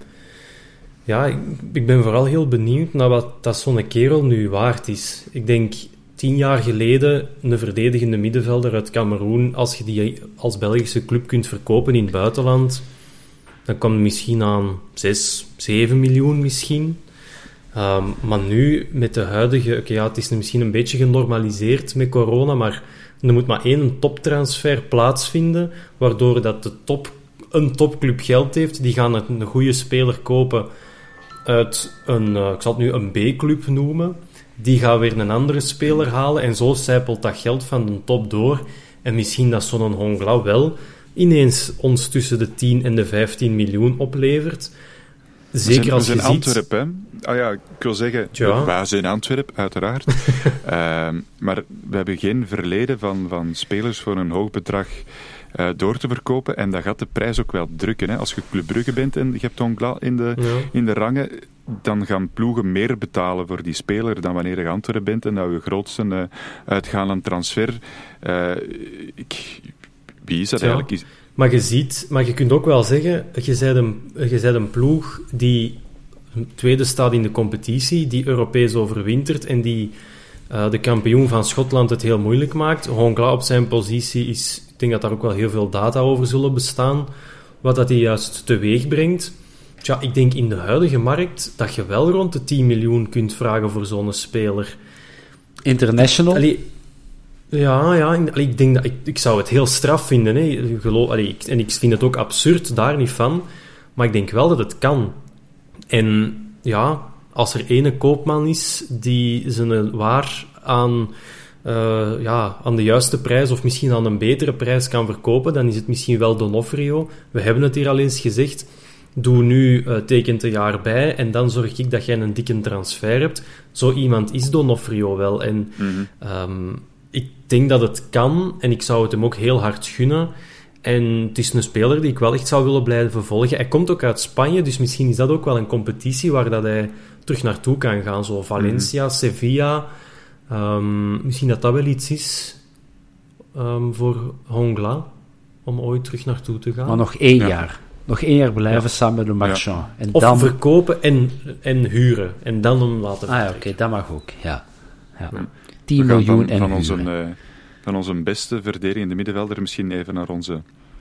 Speaker 6: Ja, ik, ik ben vooral heel benieuwd naar wat dat zo'n kerel nu waard is. Ik denk, tien jaar geleden, een verdedigende middenvelder uit Kameroen, als je die als Belgische club kunt verkopen in het buitenland, dan komt het misschien aan zes, zeven miljoen misschien. Um, maar nu, met de huidige... Okay, ja, het is misschien een beetje genormaliseerd met corona, maar er moet maar één toptransfer plaatsvinden, waardoor dat de top, een topclub geld heeft. Die gaan een, een goede speler kopen uit een... Uh, ik zal het nu een B-club noemen. Die gaan weer een andere speler halen en zo sijpelt dat geld van de top door. En misschien dat zo'n Hongla wel ineens ons tussen de tien en de vijftien miljoen oplevert. Zeker
Speaker 5: we zijn,
Speaker 6: als
Speaker 5: we
Speaker 6: je
Speaker 5: zijn
Speaker 6: ziet...
Speaker 5: Antwerpen, hè? Ah ja, ik wil zeggen,
Speaker 6: ja.
Speaker 5: we zijn Antwerpen, uiteraard. uh, maar we hebben geen verleden van, van spelers voor een hoog bedrag uh, door te verkopen. En dat gaat de prijs ook wel drukken. Hè? Als je Club Brugge bent en je hebt Hongla in de, ja. in de rangen, dan gaan ploegen meer betalen voor die speler dan wanneer je Antwerpen bent en dat je grootste uh, uitgaande transfer... Uh, ik, wie is dat ja. eigenlijk? Is,
Speaker 6: Maar je ziet, maar je kunt ook wel zeggen, je bent een, je bent een ploeg die tweede staat in de competitie, die Europees overwintert en die uh, de kampioen van Schotland het heel moeilijk maakt. Hongla op zijn positie is, ik denk dat daar ook wel heel veel data over zullen bestaan, wat dat hij juist teweeg brengt. Tja, ik denk in de huidige markt dat je wel rond de tien miljoen kunt vragen voor zo'n speler.
Speaker 7: International?
Speaker 6: Allee, Ja, ja allee, ik denk dat ik, ik zou het heel straf vinden. Hè. Geloof, allee, ik, en ik vind het ook absurd, daar niet van. Maar ik denk wel dat het kan. En ja, als er ene koopman is die zijn waar aan, uh, ja, aan de juiste prijs of misschien aan een betere prijs kan verkopen, dan is het misschien wel D'Onofrio. We hebben het hier al eens gezegd. Doe nu, uh, tekent een jaar bij en dan zorg ik dat jij een dikke transfer hebt. Zo iemand is D'Onofrio wel. En... Mm-hmm. Um, Ik denk dat het kan en ik zou het hem ook heel hard gunnen. En het is een speler die ik wel echt zou willen blijven volgen. Hij komt ook uit Spanje, dus misschien is dat ook wel een competitie waar dat hij terug naartoe kan gaan. Zo Valencia, mm-hmm. Sevilla. Um, misschien dat dat wel iets is um, voor Hongla, om ooit terug naartoe te gaan.
Speaker 7: Maar nog één
Speaker 5: ja.
Speaker 7: jaar. Nog één jaar blijven ja. samen met de Marchand.
Speaker 6: Ja.
Speaker 7: En
Speaker 6: of
Speaker 7: dan...
Speaker 6: verkopen en, en huren. En dan hem laten
Speaker 7: Ah ja, oké, okay, dat mag ook. Ja. ja. ja. tien miljoen en
Speaker 5: van onze, uh, van onze beste verdedigende middenvelder misschien even naar onze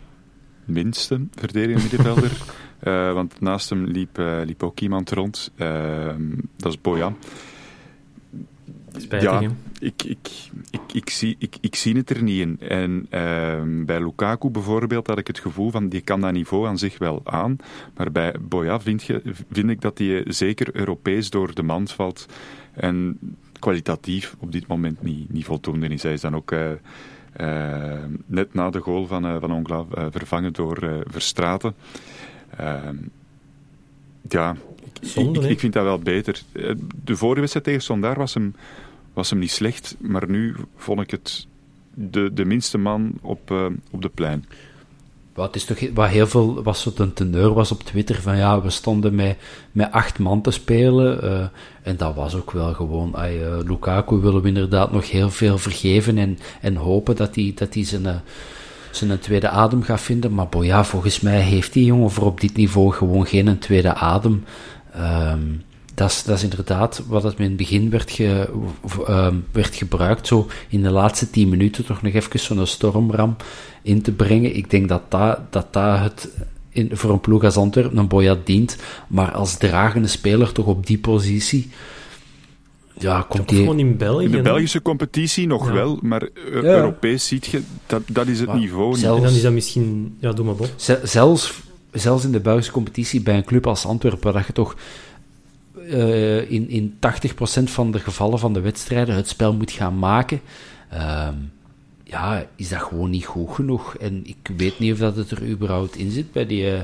Speaker 5: minste verdedigende middenvelder. uh, want naast hem liep, uh, liep ook iemand rond. Uh, dat is Bojan.
Speaker 6: Spijtig,
Speaker 5: ja,
Speaker 6: hè?
Speaker 5: ik, ik, ik, ik, ik, zie, ik, ik zie het er niet in. En uh, bij Lukaku bijvoorbeeld had ik het gevoel van, die kan dat niveau aan zich wel aan. Maar bij Boya vind, je, vind ik dat hij zeker Europees door de mand valt. En kwalitatief op dit moment niet, niet voldoende is. Hij is dan ook uh, uh, net na de goal van, uh, van Ongla uh, vervangen door uh, Verstraeten. Uh, ja,
Speaker 6: Zonde,
Speaker 5: ik, ik, ik vind dat wel beter. De vorige wedstrijd tegen Standaard was hem, was hem niet slecht, maar nu vond ik het de, de minste man op, uh, op de plein.
Speaker 7: Wat is toch wat heel veel was zo een teneur was op Twitter van ja, we stonden met, met acht man te spelen uh, en dat was ook wel gewoon ay, uh, Lukaku willen we inderdaad nog heel veel vergeven en, en hopen dat hij dat hij zijn, uh, zijn tweede adem gaat vinden, maar boh, ja, volgens mij heeft die jongen voor op dit niveau gewoon geen tweede adem. Um, dat is, dat is inderdaad wat het in het begin werd, ge, uh, werd gebruikt, zo in de laatste tien minuten toch nog even zo'n stormram in te brengen. Ik denk dat dat, dat, dat het in, voor een ploeg als Antwerpen een Boya dient, maar als dragende speler toch op die positie, ja, komt die...
Speaker 6: Gewoon in België.
Speaker 5: In de Belgische competitie nog ja. wel, maar uh, ja. Europees ziet je, dat, dat is het maar niveau.
Speaker 6: Zelfs, en dan is dat misschien... Ja, doe maar Bob.
Speaker 7: Zelfs, zelfs in de Belgische competitie bij een club als Antwerpen, dat je toch uh, in, in tachtig procent van de gevallen van de wedstrijden het spel moet gaan maken... Uh, ja, is dat gewoon niet goed genoeg. En ik weet niet of dat het er überhaupt in zit bij die... Uh...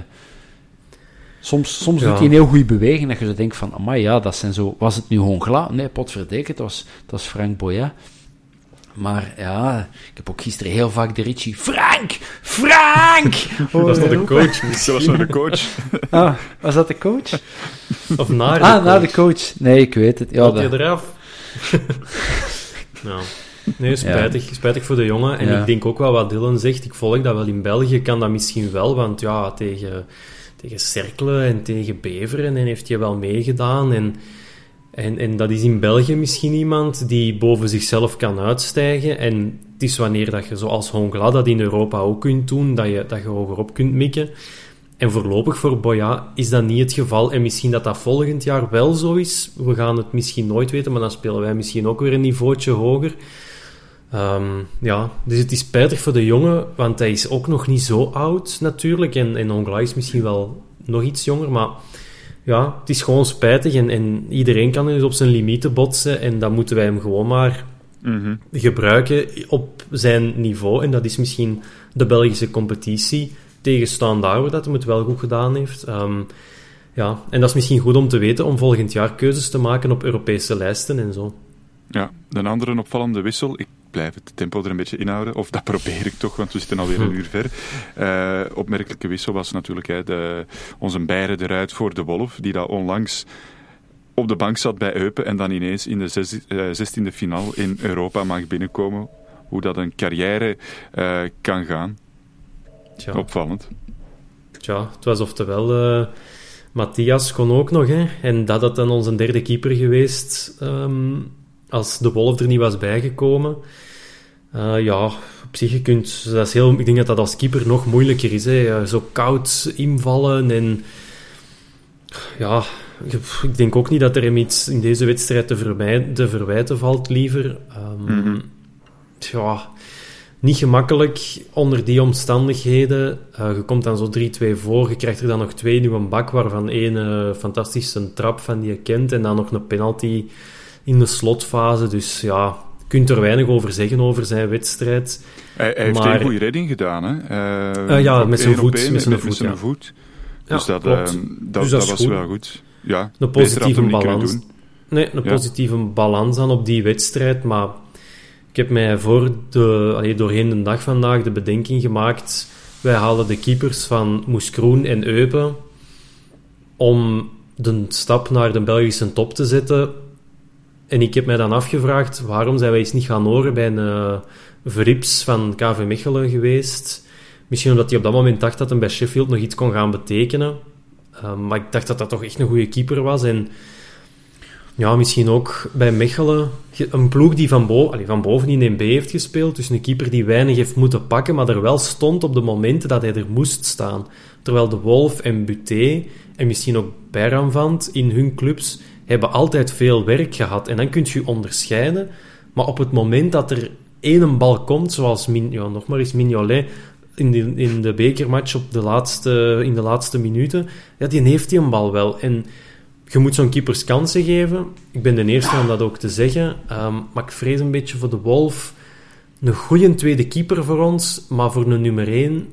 Speaker 7: Soms, soms ja. doet hij een heel goede beweging, dat je zo denkt van, amai, ja, dat zijn zo... Was het nu Hongla? Nee, potverdeke, het was, het was Frank Boya. Maar ja, ik heb ook gisteren heel vaak de Richie... Frank! Frank!
Speaker 6: Oh, dat is nog de coach.
Speaker 5: Dat was nog de coach.
Speaker 7: Ah, was dat de coach?
Speaker 6: Of naar de
Speaker 7: ah,
Speaker 6: coach?
Speaker 7: naar de coach. Nee, ik weet het. Ja,
Speaker 6: Haalt
Speaker 7: dat...
Speaker 6: je eraf? Nou... Nee, spijtig, ja. spijtig voor de jongen. En ja. ik denk ook wel wat Dylan zegt, ik volg dat wel in België, kan dat misschien wel, want ja, tegen, tegen Cercle en tegen Beveren en heeft hij wel meegedaan. En, en, en dat is in België misschien iemand die boven zichzelf kan uitstijgen. En het is wanneer dat je, zoals Hongla, dat in Europa ook kunt doen, dat je, dat je hogerop kunt mikken. En voorlopig voor Boya is dat niet het geval. En misschien dat dat volgend jaar wel zo is. We gaan het misschien nooit weten, maar dan spelen wij misschien ook weer een niveautje hoger. Um, ja, dus het is spijtig voor de jongen, want hij is ook nog niet zo oud natuurlijk. En, en Hongla is misschien wel nog iets jonger, maar ja, het is gewoon spijtig. En, en iedereen kan dus op zijn limieten botsen en dan moeten wij hem gewoon maar mm-hmm. gebruiken op zijn niveau. En dat is misschien de Belgische competitie tegen Standaard, waar dat hij het wel goed gedaan heeft. Um, ja, en dat is misschien goed om te weten, om volgend jaar keuzes te maken op Europese lijsten en zo.
Speaker 5: Ja, een andere opvallende wissel... Ik blijf het tempo er een beetje inhouden, of dat probeer ik toch, want we zitten alweer een uur ver. Uh, opmerkelijke wissel was natuurlijk hè, de, onze Beieren eruit voor de Wolf, die daar onlangs op de bank zat bij Eupen en dan ineens in de zes, uh, zestiende finale in Europa mag binnenkomen. Hoe dat een carrière uh, kan gaan. Tja. Opvallend.
Speaker 6: Tja, het was oftewel... Uh, Matthias kon ook nog, hè, en dat had dan onze derde keeper geweest... Um, als de Wolf er niet was bijgekomen. Uh, ja, op zich, je kunt... Dat is heel, ik denk dat dat als keeper nog moeilijker is. Hè. Zo koud invallen en... Ja, ik denk ook niet dat er hem iets in deze wedstrijd te, vermij- te verwijten valt, liever. Um, mm-hmm. Ja, niet gemakkelijk onder die omstandigheden. Uh, je komt dan zo drie-twee voor, je krijgt er dan nog twee in een bak, waarvan één uh, fantastische trap van die je kent, en dan nog een penalty... in de slotfase, dus ja, je kunt er weinig over zeggen over zijn wedstrijd.
Speaker 5: Hij, hij heeft
Speaker 6: maar...
Speaker 5: een goede redding gedaan, hè? Uh,
Speaker 6: uh, ja, met zijn voet.
Speaker 5: Een,
Speaker 6: met zijn
Speaker 5: met
Speaker 6: voet,
Speaker 5: zijn
Speaker 6: ja.
Speaker 5: voet.
Speaker 6: Ja,
Speaker 5: dus dat, uh, dat,
Speaker 6: dus dat,
Speaker 5: dat was
Speaker 6: goed.
Speaker 5: wel goed. Ja,
Speaker 6: een positieve balans.
Speaker 5: Doen.
Speaker 6: Nee, een ja. positieve balans aan op die wedstrijd, maar ik heb mij voor de, allee, doorheen de dag vandaag de bedenking gemaakt, wij halen de keepers van Moeskroen en Eupen om de stap naar de Belgische top te zetten. En ik heb mij dan afgevraagd, waarom zijn wij eens niet gaan horen bij een uh, Verrips van K V Mechelen geweest? Misschien omdat hij op dat moment dacht dat hij bij Sheffield nog iets kon gaan betekenen. Uh, maar ik dacht dat dat toch echt een goede keeper was. En ja, misschien ook bij Mechelen. Een ploeg die van, bo- allee, van boven in één B heeft gespeeld. Dus een keeper die weinig heeft moeten pakken, maar er wel stond op de momenten dat hij er moest staan. Terwijl de Wolf en Buté, en misschien ook Bijranvand in hun clubs... hebben altijd veel werk gehad. En dan kun je je onderscheiden. Maar op het moment dat er één bal komt, zoals Min, ja, nog maar eens Mignolet in de, in de bekermatch op de laatste, in de laatste minuten, ja, die heeft die een bal wel. En je moet zo'n keepers kansen geven. Ik ben de eerste om dat ook te zeggen. Um, maar ik vrees een beetje voor de Wolf. Een goede tweede keeper voor ons, maar voor een nummer één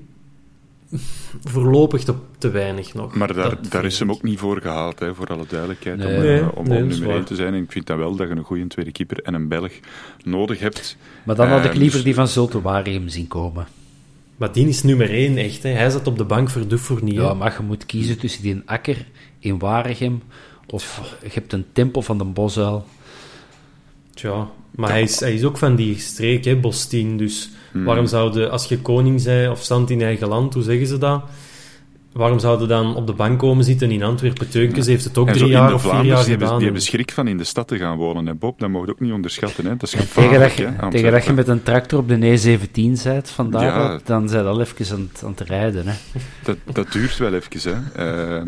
Speaker 6: voorlopig te, te weinig nog.
Speaker 5: Maar daar, daar is hem ook niet voor gehaald, hè, voor alle duidelijkheid,
Speaker 7: nee.
Speaker 5: om,
Speaker 6: Nee,
Speaker 5: uh, om,
Speaker 6: nee,
Speaker 5: om
Speaker 6: dat is
Speaker 5: nummer één
Speaker 6: waar.
Speaker 5: te zijn. En ik vind dan wel dat je een goede tweede keeper en een Belg nodig hebt.
Speaker 7: Maar dan had ik
Speaker 5: Um,
Speaker 7: liever
Speaker 5: dus-
Speaker 7: die van Zulte Waregem zien komen.
Speaker 6: Maar die is nummer één, echt. Hè. Hij zat op de bank voor Dufournier.
Speaker 7: Ja, maar je moet kiezen tussen die Akker in Waregem of je hebt een Tempel van de Bosuil.
Speaker 6: Tja, maar hij is, hij is ook van die streek, hè, Bostien. Dus
Speaker 5: Hmm.
Speaker 6: waarom zouden, als je koning bent of stand in eigen land, hoe zeggen ze dat? Waarom zouden dan op de bank komen zitten in Antwerpen? Teunkens heeft het ook
Speaker 5: En zo
Speaker 6: drie
Speaker 5: in
Speaker 6: jaar
Speaker 5: de
Speaker 6: of vier
Speaker 5: Vlaanderen,
Speaker 6: jaar
Speaker 5: die hebben,
Speaker 6: gedaan.
Speaker 5: die hebben schrik van in de stad te gaan wonen, hè, Bob. Dat mag je ook niet onderschatten. Hè. Dat is
Speaker 7: Tegen dat,
Speaker 5: gevaarlijk,
Speaker 7: je,
Speaker 5: hè,
Speaker 7: tegen
Speaker 5: Antwerpen.
Speaker 7: dat je met een tractor op de E zeventien bent, vandaar
Speaker 5: Ja.
Speaker 7: dat, dan zijn al even aan, het- aan het rijden. Hè.
Speaker 5: Dat, dat duurt wel even, hè. Ehm,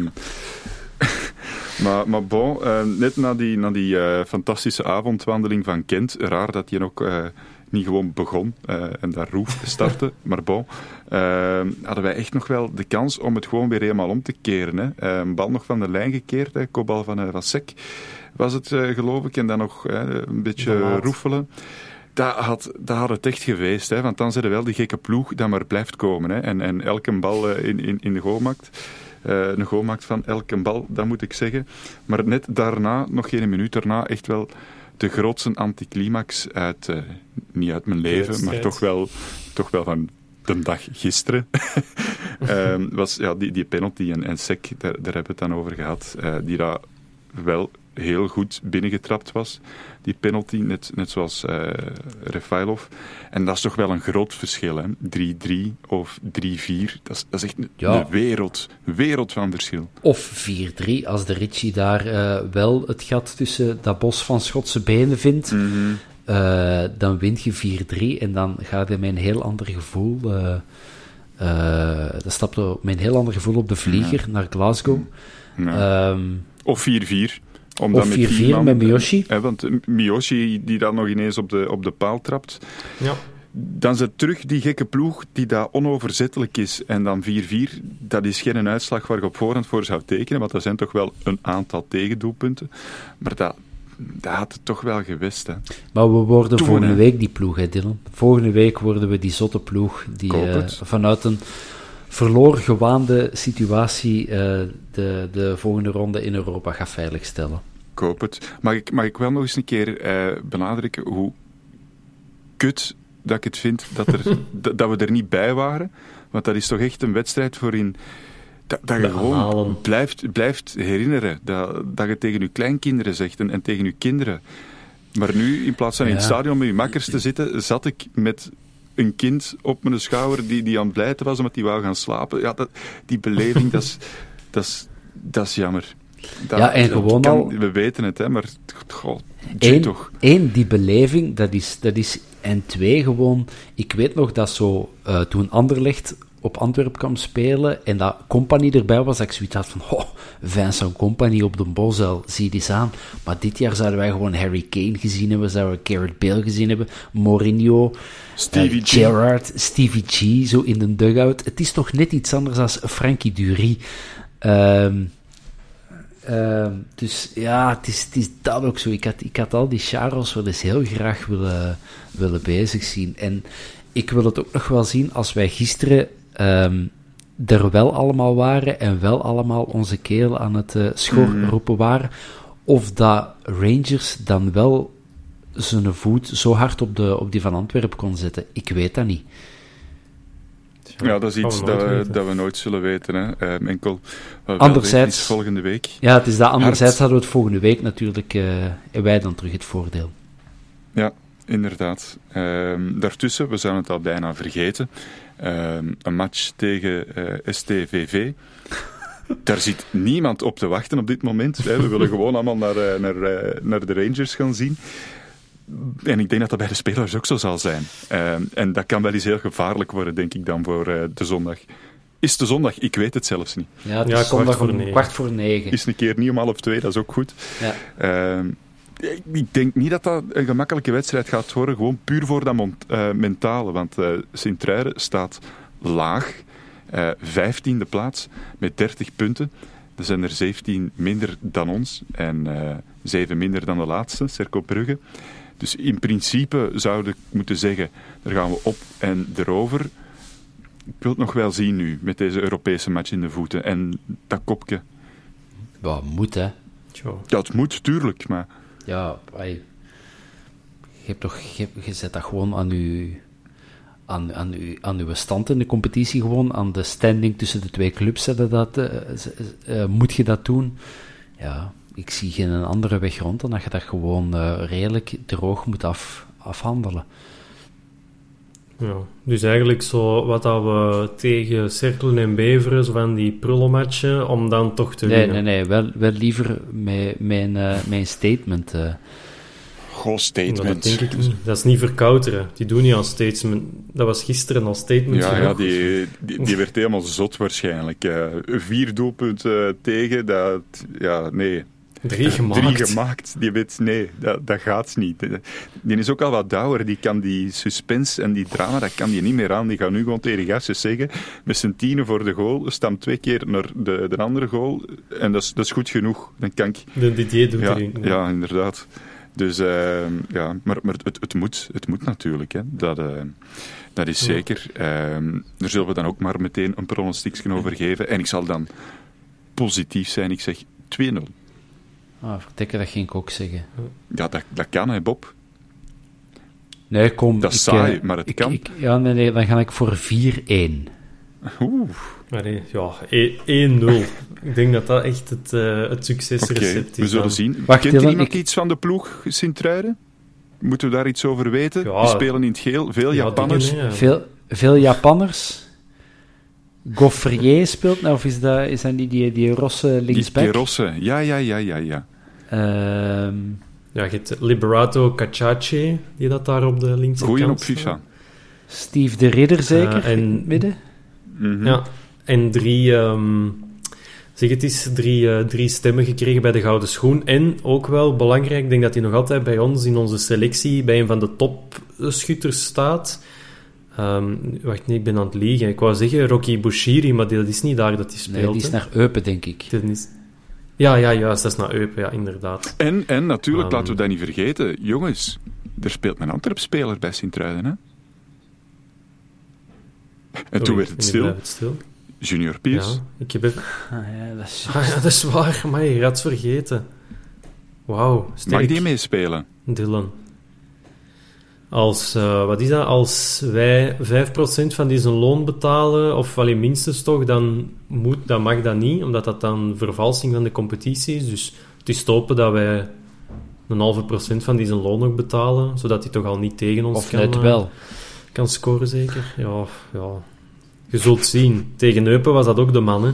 Speaker 5: maar, maar bon, eh, net na die, na die eh, fantastische avondwandeling van Kent, raar dat je ook eh, niet gewoon begon eh, en daar roef startte, maar bon, eh, hadden wij echt nog wel de kans om het gewoon weer helemaal om te keren. Hè. Eh, een bal nog van de lijn gekeerd, hè, kopbal van, uh, van Sek was het, uh, geloof ik, en dan nog uh, een beetje
Speaker 6: Verlaat.
Speaker 5: roefelen. Dat had, dat had het echt geweest, hè, want dan zijn er wel die gekke ploeg dat maar blijft komen. Hè, en, en elke bal uh, in, in, in de goal maakt. Uh, een goal maakt van elke bal, dat moet ik zeggen. Maar net daarna, nog geen minuut daarna, echt wel de grootste anticlimax uit, uh, niet uit mijn leven,
Speaker 6: wedstrijd.
Speaker 5: maar toch wel, toch wel van de dag gisteren. um, was ja, die, die penalty en, en Sek, daar, daar hebben we het dan over gehad, uh, die daar wel heel goed binnengetrapt was. Die penalty, net, net zoals uh, Refailov. En dat is toch wel een groot verschil, hè? drie drie of drie vier. Dat is, dat is echt een,
Speaker 7: Ja.
Speaker 5: een wereld, wereld van verschil.
Speaker 7: Of vier drie, als de Ritchie daar uh, wel het gat tussen dat bos van Schotse benen vindt,
Speaker 5: Mm-hmm.
Speaker 7: uh, dan wint je vier drie en dan gaat hij met een heel ander gevoel... Uh, uh, dan stapt hij met een heel ander gevoel op de vlieger
Speaker 5: Ja.
Speaker 7: naar Glasgow.
Speaker 5: Ja.
Speaker 7: Um,
Speaker 5: Of vier vier. Omdat
Speaker 7: Of
Speaker 5: met
Speaker 7: vier
Speaker 5: die
Speaker 7: vier
Speaker 5: man-
Speaker 7: met Miyoshi.
Speaker 5: Eh, want eh, Miyoshi, die dan nog ineens op de, op de paal trapt.
Speaker 6: Ja.
Speaker 5: Dan is het terug die gekke ploeg die daar onoverzettelijk is. En dan vier vier, dat is geen uitslag waar je op voorhand voor zou tekenen. Want er zijn toch wel een aantal tegendoelpunten. Maar dat, dat had het toch wel gewist, hè.
Speaker 7: Maar we worden
Speaker 5: Toen,
Speaker 7: volgende
Speaker 5: hè.
Speaker 7: week die ploeg, hè, Dylan. Volgende week worden we die zotte ploeg die
Speaker 5: Koop
Speaker 7: uh,
Speaker 5: het.
Speaker 7: vanuit een verloren gewaande situatie uh, de, de volgende ronde in Europa gaat veiligstellen.
Speaker 5: Ik hoop het. Mag ik, mag ik wel nog eens een keer eh, benadrukken hoe kut dat ik het vind dat, er, dat, dat we er niet bij waren. Want dat is toch echt een wedstrijd waarin dat, dat je
Speaker 6: De
Speaker 5: gewoon
Speaker 6: analen.
Speaker 5: blijft, blijft herinneren. Dat, dat je tegen je kleinkinderen zegt en, en tegen je kinderen. Maar nu, in plaats van in het
Speaker 7: Ja.
Speaker 5: stadion met je makkers te zitten, zat ik met een kind op mijn schouder die, die aan het blijten was omdat hij wou gaan slapen. Ja, dat, die beleving, dat is, dat is, dat is jammer. Dat,
Speaker 7: Ja, en
Speaker 5: dat
Speaker 7: gewoon
Speaker 5: kan-
Speaker 7: al-
Speaker 5: We weten het, hè, maar... Goh, gee
Speaker 7: Eén,
Speaker 5: toch.
Speaker 7: één, die beleving, dat is, dat is... En twee, gewoon... Ik weet nog dat zo... Uh, toen Anderlecht op Antwerpen kwam spelen en dat Company erbij was, dat ik zoiets had van... Oh, Vincent Company op de Bosuil, zie die eens aan. Maar dit jaar zouden wij gewoon Harry Kane gezien hebben, zouden we Gareth Bale gezien hebben, Mourinho,
Speaker 5: Stevie
Speaker 7: uh,
Speaker 5: G.
Speaker 7: Gerrard, Stevie G, zo in de dugout. Het is toch net iets anders dan Frankie Dury. Ehm... Uh, dus ja, het is, het is dat ook zo. Ik had, ik had al die Charles wel eens heel graag willen, willen bezig zien. En ik wil het ook nog wel zien als wij gisteren um, er wel allemaal waren en wel allemaal onze keel aan het uh, schorroepen waren. Of dat Rangers dan wel zijn voet zo hard op, de, op die van Antwerpen kon zetten. Ik weet dat niet.
Speaker 5: Ja, dat is iets
Speaker 6: Gaan we
Speaker 5: dat
Speaker 6: nooit
Speaker 5: we,
Speaker 6: weten.
Speaker 5: dat we nooit zullen weten. Hè. Um, enkel wat we
Speaker 7: Anderzijds-
Speaker 5: wel weten is volgende week.
Speaker 7: Ja, het is dat. Anderzijds
Speaker 5: Hard.
Speaker 7: hadden we het volgende week natuurlijk uh, en wij dan terug het voordeel.
Speaker 5: Ja, inderdaad. Um, daartussen, we zouden het al bijna vergeten, um, een match tegen uh, S T V V. Daar zit niemand op te wachten op dit moment. Hè. We willen gewoon allemaal naar, uh, naar, uh, naar de Rangers gaan zien. En ik denk dat dat bij de spelers ook zo zal zijn. Um, en dat kan wel eens heel gevaarlijk worden, denk ik dan, voor uh, de zondag. Is het de zondag? Ik weet het zelfs niet.
Speaker 7: Ja, het
Speaker 6: Ja,
Speaker 7: is
Speaker 6: kwart
Speaker 7: zondag
Speaker 6: voor
Speaker 7: om
Speaker 6: negen.
Speaker 7: kwart voor negen.
Speaker 5: Is een keer niet om half twee, dat is ook goed.
Speaker 7: Ja.
Speaker 5: Um, Ik denk niet dat dat een gemakkelijke wedstrijd gaat worden, gewoon puur voor dat mont, uh, mentale. Want uh, Sint-Truiden staat laag, uh, vijftiende plaats met dertig punten. Er zijn er zeventien minder dan ons en uh, zeven minder dan de laatste, Cercle Brugge. Dus in principe zouden we moeten zeggen, daar gaan we op en erover. Ik wil het nog wel zien nu, met deze Europese match in de voeten en dat kopje.
Speaker 7: Ja, moet hè.
Speaker 5: Ja, het moet, tuurlijk, maar...
Speaker 7: Ja, ay, je hebt toch, je, je zet dat gewoon aan je, aan, aan, uw, aan uw stand in de competitie, gewoon aan de standing tussen de twee clubs, dat, dat, uh, uh, moet je dat doen? Ja, ik zie geen andere weg rond dan dat je dat gewoon uh, redelijk droog moet af, afhandelen.
Speaker 6: Ja, dus eigenlijk zo wat dat we tegen Cercle en Beveren, zo van die prullenmatchen, om dan toch te
Speaker 7: nee,
Speaker 6: winnen.
Speaker 7: Nee, nee, wel, wel liever mijn, mijn, uh, mijn statement. Uh.
Speaker 5: Goh, statement.
Speaker 6: Dat denk ik niet. Dat is niet verkouteren. Die doen niet aan statement. Dat was gisteren al statement.
Speaker 5: Ja, ja die, die, die werd helemaal zot waarschijnlijk. Uh, vier doelpunten uh, tegen, dat... Ja, nee...
Speaker 6: Drie gemaakt.
Speaker 5: Drie gemaakt. Die weet, nee, dat, dat gaat niet. Die is ook al wat ouder. Die kan die suspense en die drama, dat kan die niet meer aan. Die gaat nu gewoon tegen de gastjes zeggen, met zijn tienen voor de goal, stamt twee keer naar de, de andere goal. En dat is, dat is goed genoeg. Dan kan ik...
Speaker 6: De Didier doet
Speaker 5: ja,
Speaker 6: erin. Ja.
Speaker 5: ja, inderdaad. Dus, uh, ja, maar, maar het, het, moet, het moet natuurlijk. Hè. Dat, uh, dat is zeker. Uh, daar zullen we dan ook maar meteen een pronostiekje over geven. En ik zal dan positief zijn. Ik zeg twee nul.
Speaker 7: Ah, vertikken, dat ging ik ook zeggen.
Speaker 5: Ja, dat, dat kan, hè, Bob.
Speaker 7: Nee, kom.
Speaker 5: Dat is
Speaker 7: ik,
Speaker 5: saai,
Speaker 7: uh,
Speaker 5: maar het
Speaker 7: ik,
Speaker 5: kan.
Speaker 7: Ik, ja, nee, nee, dan ga ik voor vier één.
Speaker 5: Oeh.
Speaker 6: Maar nee, ja, één nul. Ik denk dat dat echt het, uh, het succesrecept
Speaker 5: okay,
Speaker 6: is.
Speaker 5: we zullen
Speaker 6: dan.
Speaker 5: zien.
Speaker 7: Wacht,
Speaker 5: Kent
Speaker 7: Dylan,
Speaker 5: iemand
Speaker 7: ik...
Speaker 5: iets van de ploeg Sint-Truiden? Moeten we daar iets over weten?
Speaker 6: Ja.
Speaker 5: Die spelen in het geel. Veel
Speaker 6: Ja,
Speaker 5: Japanners.
Speaker 6: dingen, ja.
Speaker 7: veel, veel Japanners. Goffrier speelt, nou, of is dat, is dat niet die, die Rosse linksback?
Speaker 5: Die, die Rosse, ja, ja, ja, ja, ja.
Speaker 7: Um...
Speaker 6: Ja, je hebt Liberato Caciace, die dat daar op de linkse
Speaker 5: Goeie
Speaker 6: kant
Speaker 5: op FIFA.
Speaker 6: staat.
Speaker 7: Steve de Ridder, zeker,
Speaker 6: Uh, en-
Speaker 7: in het midden?
Speaker 5: Mm-hmm.
Speaker 6: Ja, en drie, um, zeg het eens, drie, uh, drie stemmen gekregen bij de Gouden Schoen. En ook wel belangrijk, ik denk dat hij nog altijd bij ons in onze selectie bij een van de topschutters staat. Um, wacht, nee, ik ben aan het liegen. Ik wou zeggen Rocky Bushiri, maar dat is niet daar dat hij speelt.
Speaker 7: Nee, die is
Speaker 6: hè.
Speaker 7: naar Eupen, denk ik.
Speaker 6: Dat is... Ja, ja, juist, dat is naar Eupen, ja, inderdaad.
Speaker 5: En, en natuurlijk,
Speaker 6: Um,
Speaker 5: laten we dat niet vergeten. Jongens, er speelt een Antwerp-speler bij Sint-Truiden, hè? En toen
Speaker 6: Oei,
Speaker 5: werd het
Speaker 6: en nu
Speaker 5: stil.
Speaker 6: blijft het stil.
Speaker 5: Junior Piers.
Speaker 6: Ja, ik heb even...
Speaker 7: Ah, ja, dat is...
Speaker 6: Ah ja, dat is waar, maar je had het vergeten. Wauw, sterk.
Speaker 5: Mag die meespelen?
Speaker 6: Dylan. Als, uh, wat is dat? Als wij vijf procent van die zijn loon betalen, of alleen minstens toch, dan, moet, dan mag dat niet, omdat dat dan vervalsing van de competitie is. Dus het is te hopen dat wij een halve procent van die zijn loon nog betalen, zodat hij toch al niet tegen ons
Speaker 7: Of
Speaker 6: kan,
Speaker 7: net
Speaker 6: uh,
Speaker 7: wel.
Speaker 6: kan scoren, zeker. Ja, ja. Je zult zien. Tegen Eupen was dat ook de man, hè.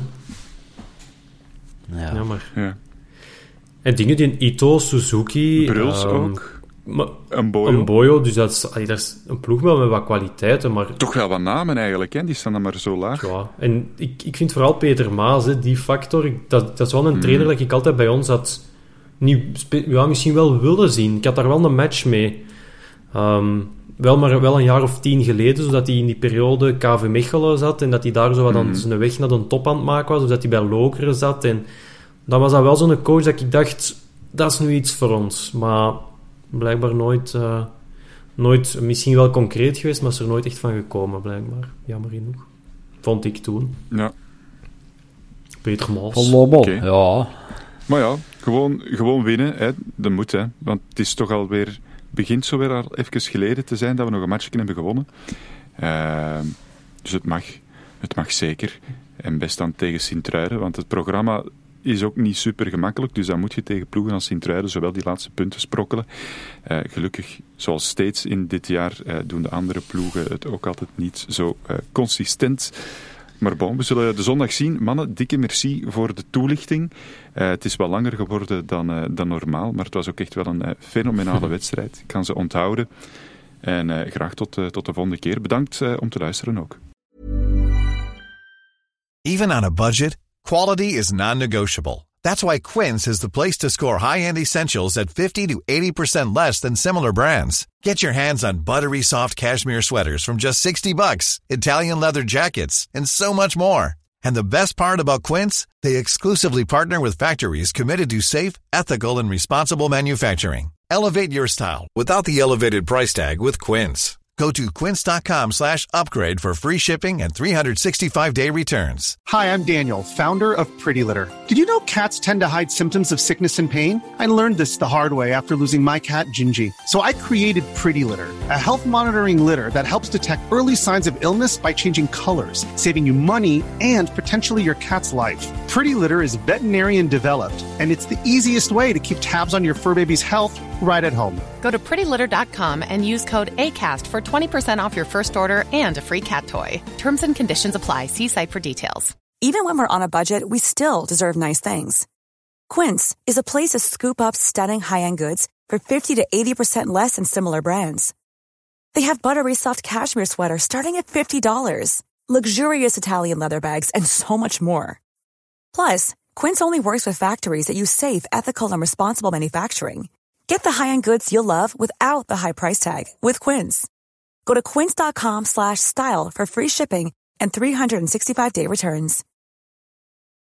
Speaker 7: Ja.
Speaker 6: Jammer.
Speaker 5: Ja.
Speaker 6: En dingen die Ito, Suzuki...
Speaker 5: Bruls
Speaker 6: um,
Speaker 5: ook.
Speaker 6: Maar,
Speaker 5: Een Boyo.
Speaker 6: een Boyo, dus dat is, allee, dat is een ploeg wel met wat kwaliteiten, maar...
Speaker 5: Toch wel wat namen eigenlijk, hè? Die staan dan maar zo laag.
Speaker 6: Ja, en ik, ik vind vooral Peter Maas, hè, die factor, ik, dat, dat is wel een
Speaker 5: Mm.
Speaker 6: trainer dat ik altijd bij ons had niet, spe- ja, misschien wel willen zien. Ik had daar wel een match mee. Um, wel maar wel een jaar of tien geleden, zodat hij in die periode K V Mechelen zat en dat hij daar zo wat aan
Speaker 5: Mm.
Speaker 6: zijn weg naar de top aan het maken was, of dat hij bij Lokeren zat. En dan was dat wel zo'n coach dat ik dacht, dat is nu iets voor ons. Maar blijkbaar nooit, uh, nooit, misschien wel concreet geweest, maar is er nooit echt van gekomen, blijkbaar. Jammer genoeg. Vond ik toen.
Speaker 5: Ja.
Speaker 6: Peter Maas.
Speaker 7: Van Lommel,
Speaker 5: Oké.
Speaker 7: ja.
Speaker 5: Maar ja, gewoon, gewoon winnen, hè. Dat moet, hè. Want het is toch alweer... begint zo weer al even geleden te zijn dat we nog een matchje hebben gewonnen. Uh, dus het mag. Het mag zeker. En best dan tegen Sint-Truiden, want het programma is ook niet super gemakkelijk, dus dan moet je tegen ploegen als Sint-Truiden zowel die laatste punten sprokkelen. Uh, gelukkig, zoals steeds in dit jaar, uh, doen de andere ploegen het ook altijd niet zo uh, consistent. Maar bon, we zullen de zondag zien. Mannen, dikke merci voor de toelichting. Uh, het is wel langer geworden dan, uh, dan normaal, maar het was ook echt wel een uh, fenomenale wedstrijd. Ik kan ze onthouden. En uh, graag tot, uh, tot de volgende keer. Bedankt uh, om te luisteren ook.
Speaker 8: Even on a budget, quality is non-negotiable. That's why Quince is the place to score high-end essentials at fifty to eighty percent less than similar brands. Get your hands on buttery soft cashmere sweaters from just sixty bucks, Italian leather jackets, and so much more. And the best part about Quince, they exclusively partner with factories committed to safe, ethical, and responsible manufacturing. Elevate your style without the elevated price tag with Quince. Go to quince.com slash upgrade for free shipping and three sixty-five day returns.
Speaker 9: Hi, I'm Daniel, founder of Pretty Litter. Did you know cats tend to hide symptoms of sickness and pain? I learned this the hard way after losing my cat, Gingy. So I created Pretty Litter, a health monitoring litter that helps detect early signs of illness by changing colors, saving you money and potentially your cat's life. Pretty Litter is veterinarian developed, and it's the easiest way to keep tabs on your fur baby's health right at home.
Speaker 10: Go to pretty litter dot com and use code ACAST for twenty percent off your first order and a free cat toy. Terms and conditions apply. See site for details.
Speaker 11: Even when we're on a budget, we still deserve nice things. Quince is a place to scoop up stunning high-end goods for fifty to eighty percent less than similar brands. They have buttery soft cashmere sweaters starting at fifty dollars, luxurious Italian leather bags, and so much more. Plus, Quince only works with factories that use safe, ethical, and responsible manufacturing. Get the high-end goods you'll love without the high price tag with Quince. Go to quince.com slash style for free shipping and three sixty-five day returns.